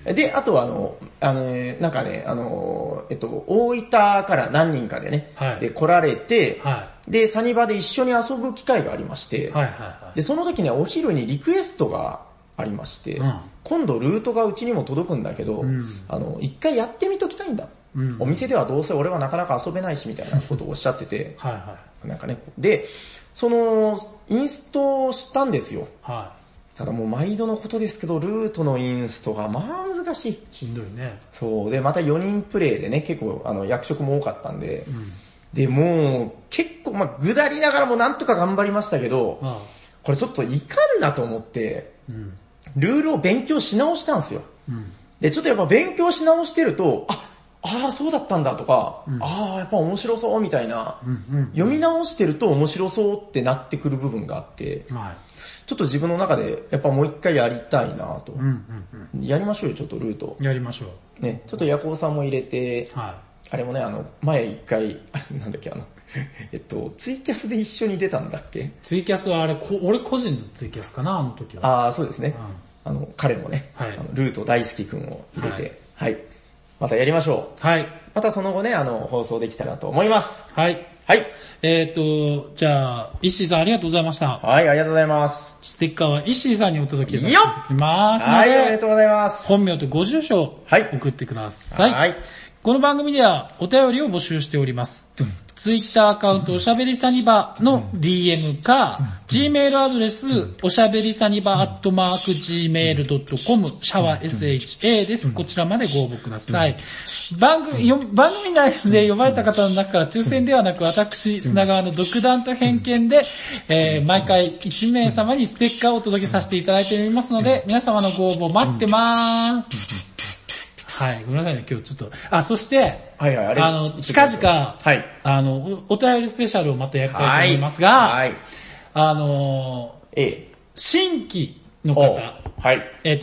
で、あとはなんかね、大分から何人かでね、はい、で来られて、はい、で、サニバで一緒に遊ぶ機会がありまして、はいはいはい、で、その時ね、お昼にリクエストがありまして、うん、今度ルートがうちにも届くんだけど、うん、一回やってみときたいんだ。うん、お店ではどうせ俺はなかなか遊べないしみたいなことをおっしゃってて、はいはい、なんかね、で、インストしたんですよ。はい、ただもう毎度のことですけど、ルートのインストがまあ難しい。 しんどいね。 そう。で、また4人プレイでね、結構役職も多かったんで、うん、で、もう結構、まあぐだりながらもなんとか頑張りましたけど、ああ、これちょっといかんなと思って、うん、ルールを勉強し直したんですよ。うん、で、ちょっとやっぱ勉強し直してると、ああ、そうだったんだとか、うん、ああ、やっぱ面白そうみたいな、うんうん、読み直してると面白そうってなってくる部分があって、はい、ちょっと自分の中でやっぱもう一回やりたいなと、うんうんうん。やりましょうよ、ちょっとルート。 やりましょう。ね、ちょっとヤコウさんも入れて、はい、あれもね、前一回、なんだっけ、ツイキャスで一緒に出たんだっけ？ ツイキャスは俺個人のツイキャスかな、あの時は。 ああ、そうですね。うん、彼もね、はい、ルート大好きくんを入れて、はい。またやりましょう。はい。またその後ね、放送できたらと思います。 はい。はい。じゃあ、イッシーさんありがとうございました。 はい、ありがとうございます。 ステッカーはイッシーさんにお届けさせていただきます。 はい、ありがとうございます。 本名とご住所を送ってください。はい。この番組ではお便りを募集しております。ツイッターアカウントおしゃべりサニバの DM か、Gmail アドレスおしゃべりサニバ@gmail.com シャワー SHA です。こちらまでご応募ください。番組内で呼ばれた方の中から抽選ではなく私、砂川の独断と偏見で、毎回1名様にステッカーをお届けさせていただいておりますので、皆様のご応募待ってます。はい、ごめんなさいね、今日ちょっと。そして、はいはい、近々、はい、お便りスペシャルをまたやりたいと思いますが、はい、新規の方、はい、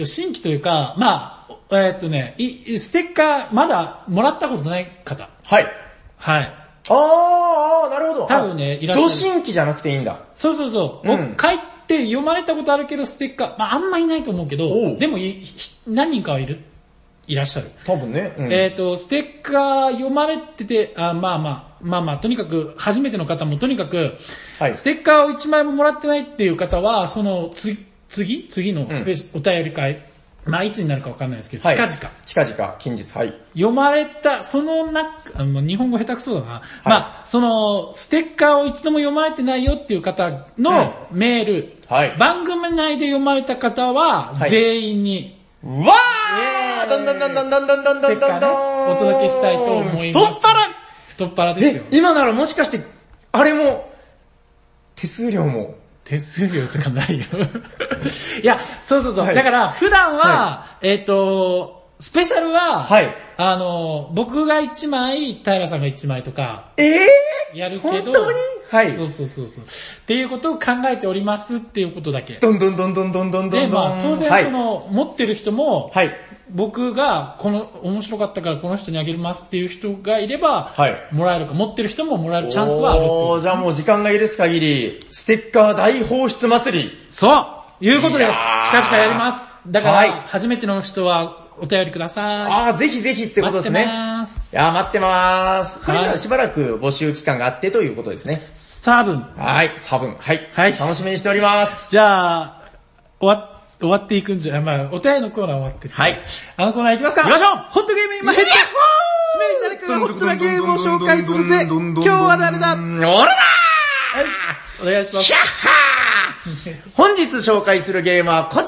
新規というか、まあ、ステッカーまだもらったことない方。はい。はい。 なるほど。 多分ね、いらっしゃる。 ド新規じゃなくていいんだ。 そうそうそう。うん、書いて読まれたことあるけど、ステッカー、まああんまいないと思うけど、でも何人かいらっしゃる。 多分ね。 うん、ステッカー読まれてて、まあ、とにかく、初めての方もとにかく、はい、ステッカーを1枚ももらってないっていう方は、その、次のお便り会、まあ、いつになるかわかんないですけど、近々。 近々、近日、はい。 読まれた、その日本語下手くそだな。はい、まあ、その、ステッカーを一度も読まれてないよっていう方のメール、はい、番組内で読まれた方は、全員に、 わーどんどんお届けしたいと思います。太っ腹ですよ。 今ならもしかして、あれも、手数料とかないよ。いや、そう。はい、だから、普段は、はい、スペシャルは、はい、僕が1枚、平さんが1枚とか、やるけど、 本当にはい。 そう。っていうことを考えておりますっていうことだけ。 どんどん。 で、まあ、当然持ってる人も、はい。僕が、面白かったからこの人にあげますっていう人がいれば、はい。もらえるか、持ってる人ももらえるチャンスはあるってことですね。 じゃあもう時間が許す限り、ステッカー大放出祭り。 そういうことです。近々やります。だから、初めての人は、お便りください。ぜひぜひってことですね。待ってます。これじゃあしばらく募集期間があってということですね。 多分。 はい。はい。楽しみにしております。 じゃあ、終わっていくんじゃ、まあ、お便りのコーナー終わってる。はい。コーナー行きますか。 行きましょう。 ホットゲーム今ヘッド。指名いただくホットなゲームを紹介するぜ。今日は誰だ？ 俺だ！ はい。お願いします。 シャッハー本日紹介するゲームはこちらです。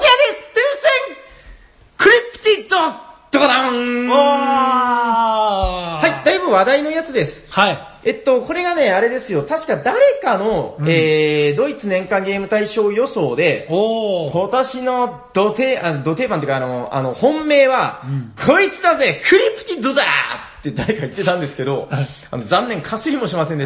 クリプティッドドカダンはい、だいぶ話題のやつです。はい。これがね、あれですよ、確か誰かの、ドイツ年間ゲーム大賞予想で、今年の土定番っていうか本命は、こいつだぜクリプティッドだって誰か言ってたんですけど、残念、かすりもしませんでした。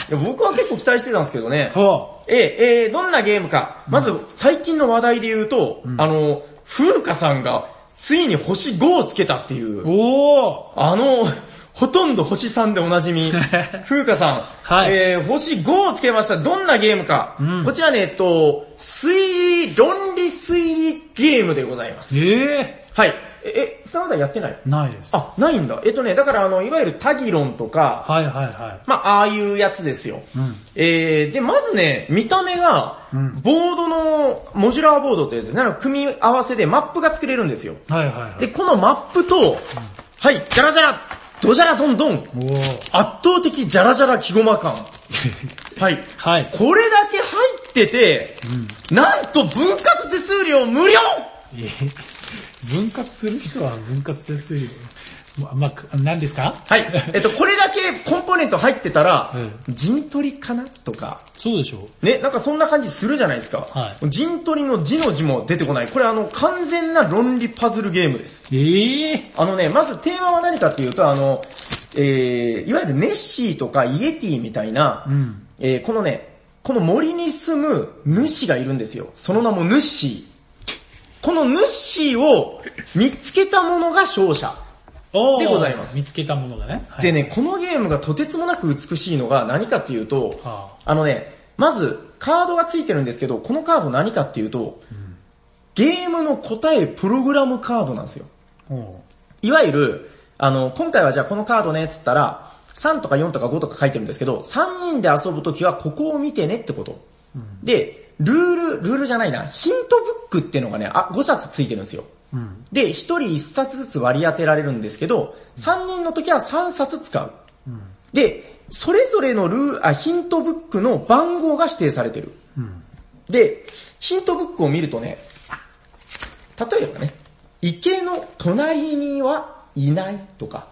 僕は結構期待してたんですけどね。どんなゲームか。まず、最近の話題で言うと、風花さんがついに星5をつけたっていう。ほとんど星3でおなじみ、風花さん、はい、星5をつけました。どんなゲームか。こちらね、論理推理ゲームでございます。はい。 スタンさんやってない？ ないです。 あ、ないんだ。だからいわゆるタギロンとか、 はいはいはい。 まあ、ああいうやつですよ。うん、で、まずね、見た目が、ボードの、モジュラーボードってやつですね。組み合わせでマップが作れるんですよ。 はいはいはい。 で、このマップと、はい、ジャラジャラドジャラドンドン圧倒的ジャラジャラ木駒感。はい。はい。これだけ入ってて、なんと分割手数料無料分割する人は分割手数料。まあ、何ですか？ はい。これだけコンポーネント入ってたら、陣取りかなとか。 そうでしょね、なんかそんな感じするじゃないですか。はい。陣取りの字の字も出てこない。これ完全な論理パズルゲームです。まずテーマは何かっていうと、いわゆるネッシーとかイエティみたいな、この森に住む主がいるんですよ。その名もヌッシー。このヌッシーを見つけた者が勝者。でございます。 見つけたものがね。 はい、でね、このゲームがとてつもなく美しいのが何かっていうと、まずカードがついてるんですけど、このカード何かっていうと、ゲームの答えプログラムカードなんですよ。いわゆる、今回はじゃあこのカードねっつったら、3とか4とか5とか書いてるんですけど、3人で遊ぶときはここを見てねってこと。で、ルールじゃないな、ヒントブックっていうのがね、5冊ついてるんですよ。で、1人1冊ずつ割り当てられるんですけど、3人の時は3冊使う。で、それぞれのヒントブックの番号が指定されてる。で、ヒントブックを見るとね、例えばね、池の隣にはいないとか、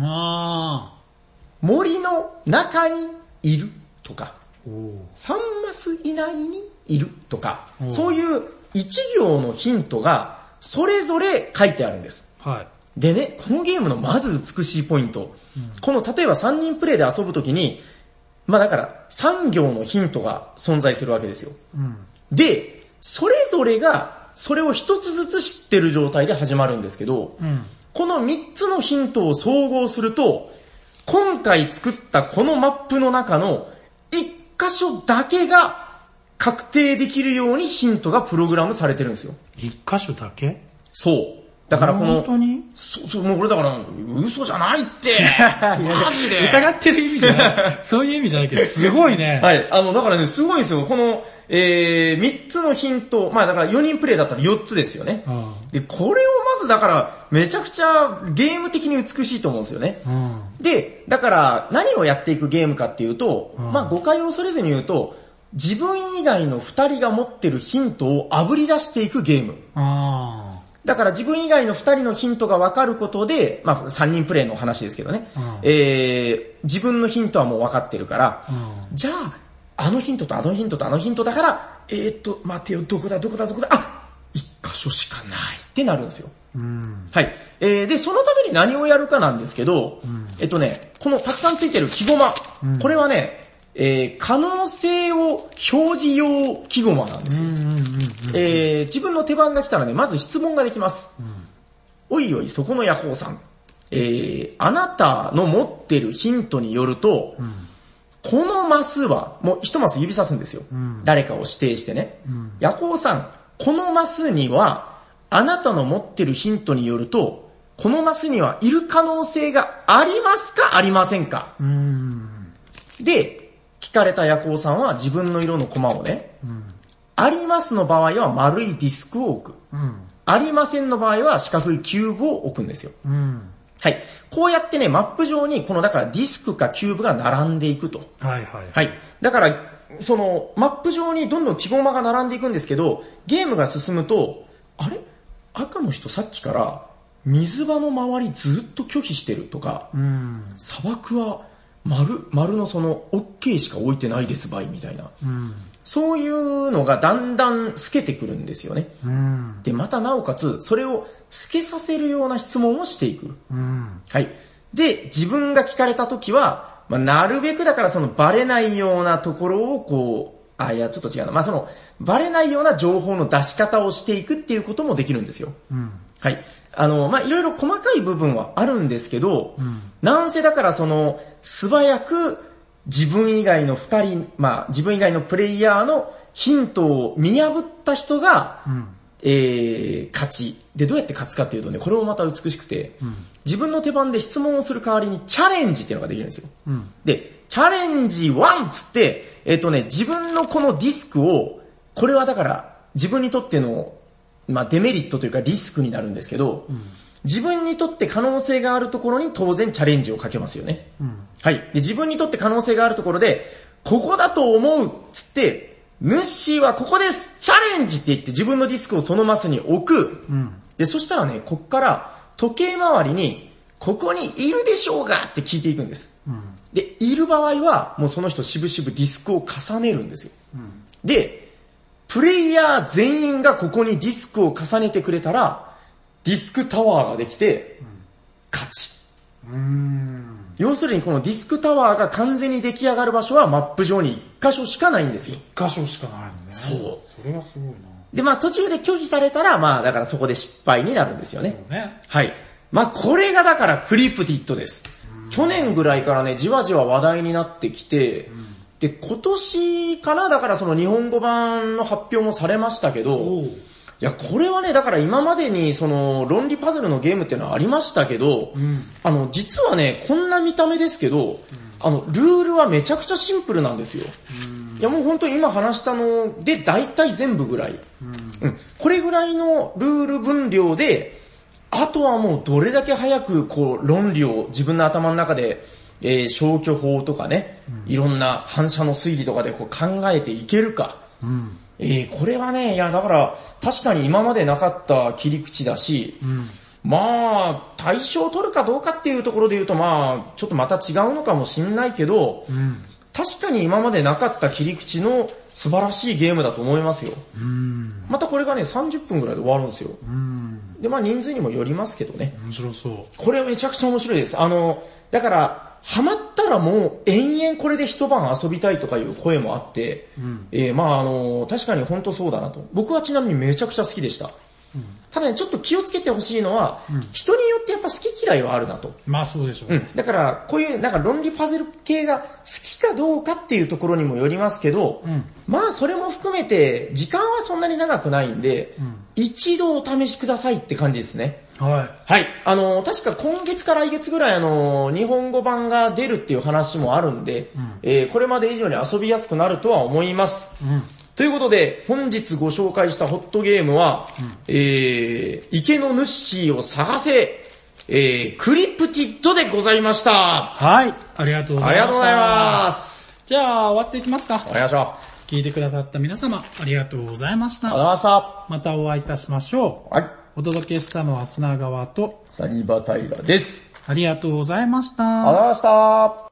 森の中にいるとか、3マス以内にいるとか、そういう1行のヒントがそれぞれ書いてあるんです。はい。でね、このゲームのまず美しいポイント。この例えば3人プレイで遊ぶときに、まあだから3行のヒントが存在するわけですよ。で、それぞれがそれを一つずつ知ってる状態で始まるんですけど、この3つのヒントを総合すると、今回作ったこのマップの中の1箇所だけが確定できるようにヒントがプログラムされてるんですよ。 1箇所だけ？ そう。だからこの、 本当に？ そう、もうこれだから、嘘じゃないってマジで疑ってる意味じゃない。そういう意味じゃないけど、すごいね。 はい。だからね、すごいですよ。この、3つのヒント、まあだから4人プレイだったら4つですよね。で、これをまずだから、めちゃくちゃゲーム的に美しいと思うんですよね。で、だから何をやっていくゲームかっていうと、まあ誤解を恐れずに言うと、自分以外の2人が持ってるヒントを炙り出していくゲーム。だから自分以外の2人のヒントが分かることで、まあ3人プレイの話ですけどね。自分のヒントはもう分かってるから、じゃあ、あのヒントとあのヒントとあのヒントだから、待てよ、どこだ、あ、1箇所しかないってなるんですよ。はい。で、そのために何をやるかなんですけど、このたくさんついてる木駒、これはね、可能性を表示用記号なんですよ。自分の手番が来たらね、まず質問ができます。おいおい、そこのヤホーさん。あなたの持ってるヒントによると、このマスは、もう一マス指さすんですよ。誰かを指定してね。ヤホーさん、このマスには、あなたの持ってるヒントによると、このマスにはいる可能性がありますかありませんかで、聞かれたヤコウさんは自分の色のコマをね、ありますの場合は丸いディスクを置く。ありませんの場合は四角いキューブを置くんですよ。はい。こうやってね、マップ上にこのだからディスクかキューブが並んでいくと。はい。だから、そのマップ上にどんどん記号マが並んでいくんですけど、ゲームが進むと、あれ？赤の人さっきから水場の周りずっと拒否してるとか、砂漠は丸のその OK しか置いてないですばいみたいな、そういうのがだんだん透けてくるんですよね。で、またなおかつそれを透けさせるような質問をしていく。はい。で、自分が聞かれたときは、まあ、なるべくだからそのバレないようなところをこう、いやちょっと違うな。まあそのバレないような情報の出し方をしていくっていうこともできるんですよ。はい。まあいろいろ細かい部分はあるんですけど、なんせだからその素早く自分以外の2人、まあ自分以外のプレイヤーのヒントを見破った人が、 勝ち。で、どうやって勝つかっていうとね、これもまた美しくて、自分の手番で質問をする代わりにチャレンジっていうのができるんですよ。で、チャレンジ1つって、自分のこのディスクを、これはだから自分にとっての、デメリットというかリスクになるんですけど、自分にとって可能性があるところに当然チャレンジをかけますよね。はい。で、自分にとって可能性があるところで、ここだと思うっつって、ヌッシーはここですチャレンジって言って自分のディスクをそのマスに置く。で、そしたらね、こっから時計回りに、ここにいるでしょうがって聞いていくんです。で、いる場合は、もうその人しぶしぶディスクを重ねるんですよ。で、プレイヤー全員がここにディスクを重ねてくれたら、ディスクタワーができて、勝ち。要するにこのディスクタワーが完全に出来上がる場所はマップ上に1箇所しかないんですよ。 1箇所しかないのね。 そう。 それはすごいな。 で、途中で拒否されたら、だからそこで失敗になるんですよね。 そうね。 はい。これがだからクリプティッドです。去年ぐらいからね、じわじわ話題になってきて、で、今年かな、だからその日本語版の発表もされましたけど、いや、これはね、だから今までにその論理パズルのゲームっていうのはありましたけど、実はね、こんな見た目ですけど、ルールはめちゃくちゃシンプルなんですよ。いや、もう本当に今話したので大体全部ぐらい。これぐらいのルール分量で、あとはもうどれだけ早くこう論理を自分の頭の中で、消去法とかね、いろんな反射の推理とかでこう考えていけるか。これはね、いやだから確かに今までなかった切り口だし、対象を取るかどうかっていうところで言うとちょっとまた違うのかもしんないけど、確かに今までなかった切り口の素晴らしいゲームだと思いますよ。またこれがね、30分ぐらいで終わるんですよ。で、人数にもよりますけどね。 面白そう。 これめちゃくちゃ面白いです。だから、ハマったらもう延々これで一晩遊びたいとかいう声もあって、確かに本当そうだなと。僕はちなみにめちゃくちゃ好きでした。ただね、ちょっと気をつけてほしいのは、人によってやっぱ好き嫌いはあるなと。 そうでしょう。 だから、こういう論理パズル系が好きかどうかっていうところにもよりますけど、それも含めて、時間はそんなに長くないんで、一度お試しくださいって感じですね。 はい。 はい。確か今月か来月ぐらい日本語版が出るっていう話もあるんで、これまで以上に遊びやすくなるとは思います。ということで、本日ご紹介したホットゲームは、池のヌッシーを探せ、クリプティッドでございました。 はい。ありがとうございます。 ありがとうございます。 じゃあ、終わっていきますか。 お願いします。 聞いてくださった皆様、ありがとうございました。 ありがとうございました。 またお会いいたしましょう。 はい。 お届けしたのは砂川とサニバタイラです。 ありがとうございました。 ありがとうございました。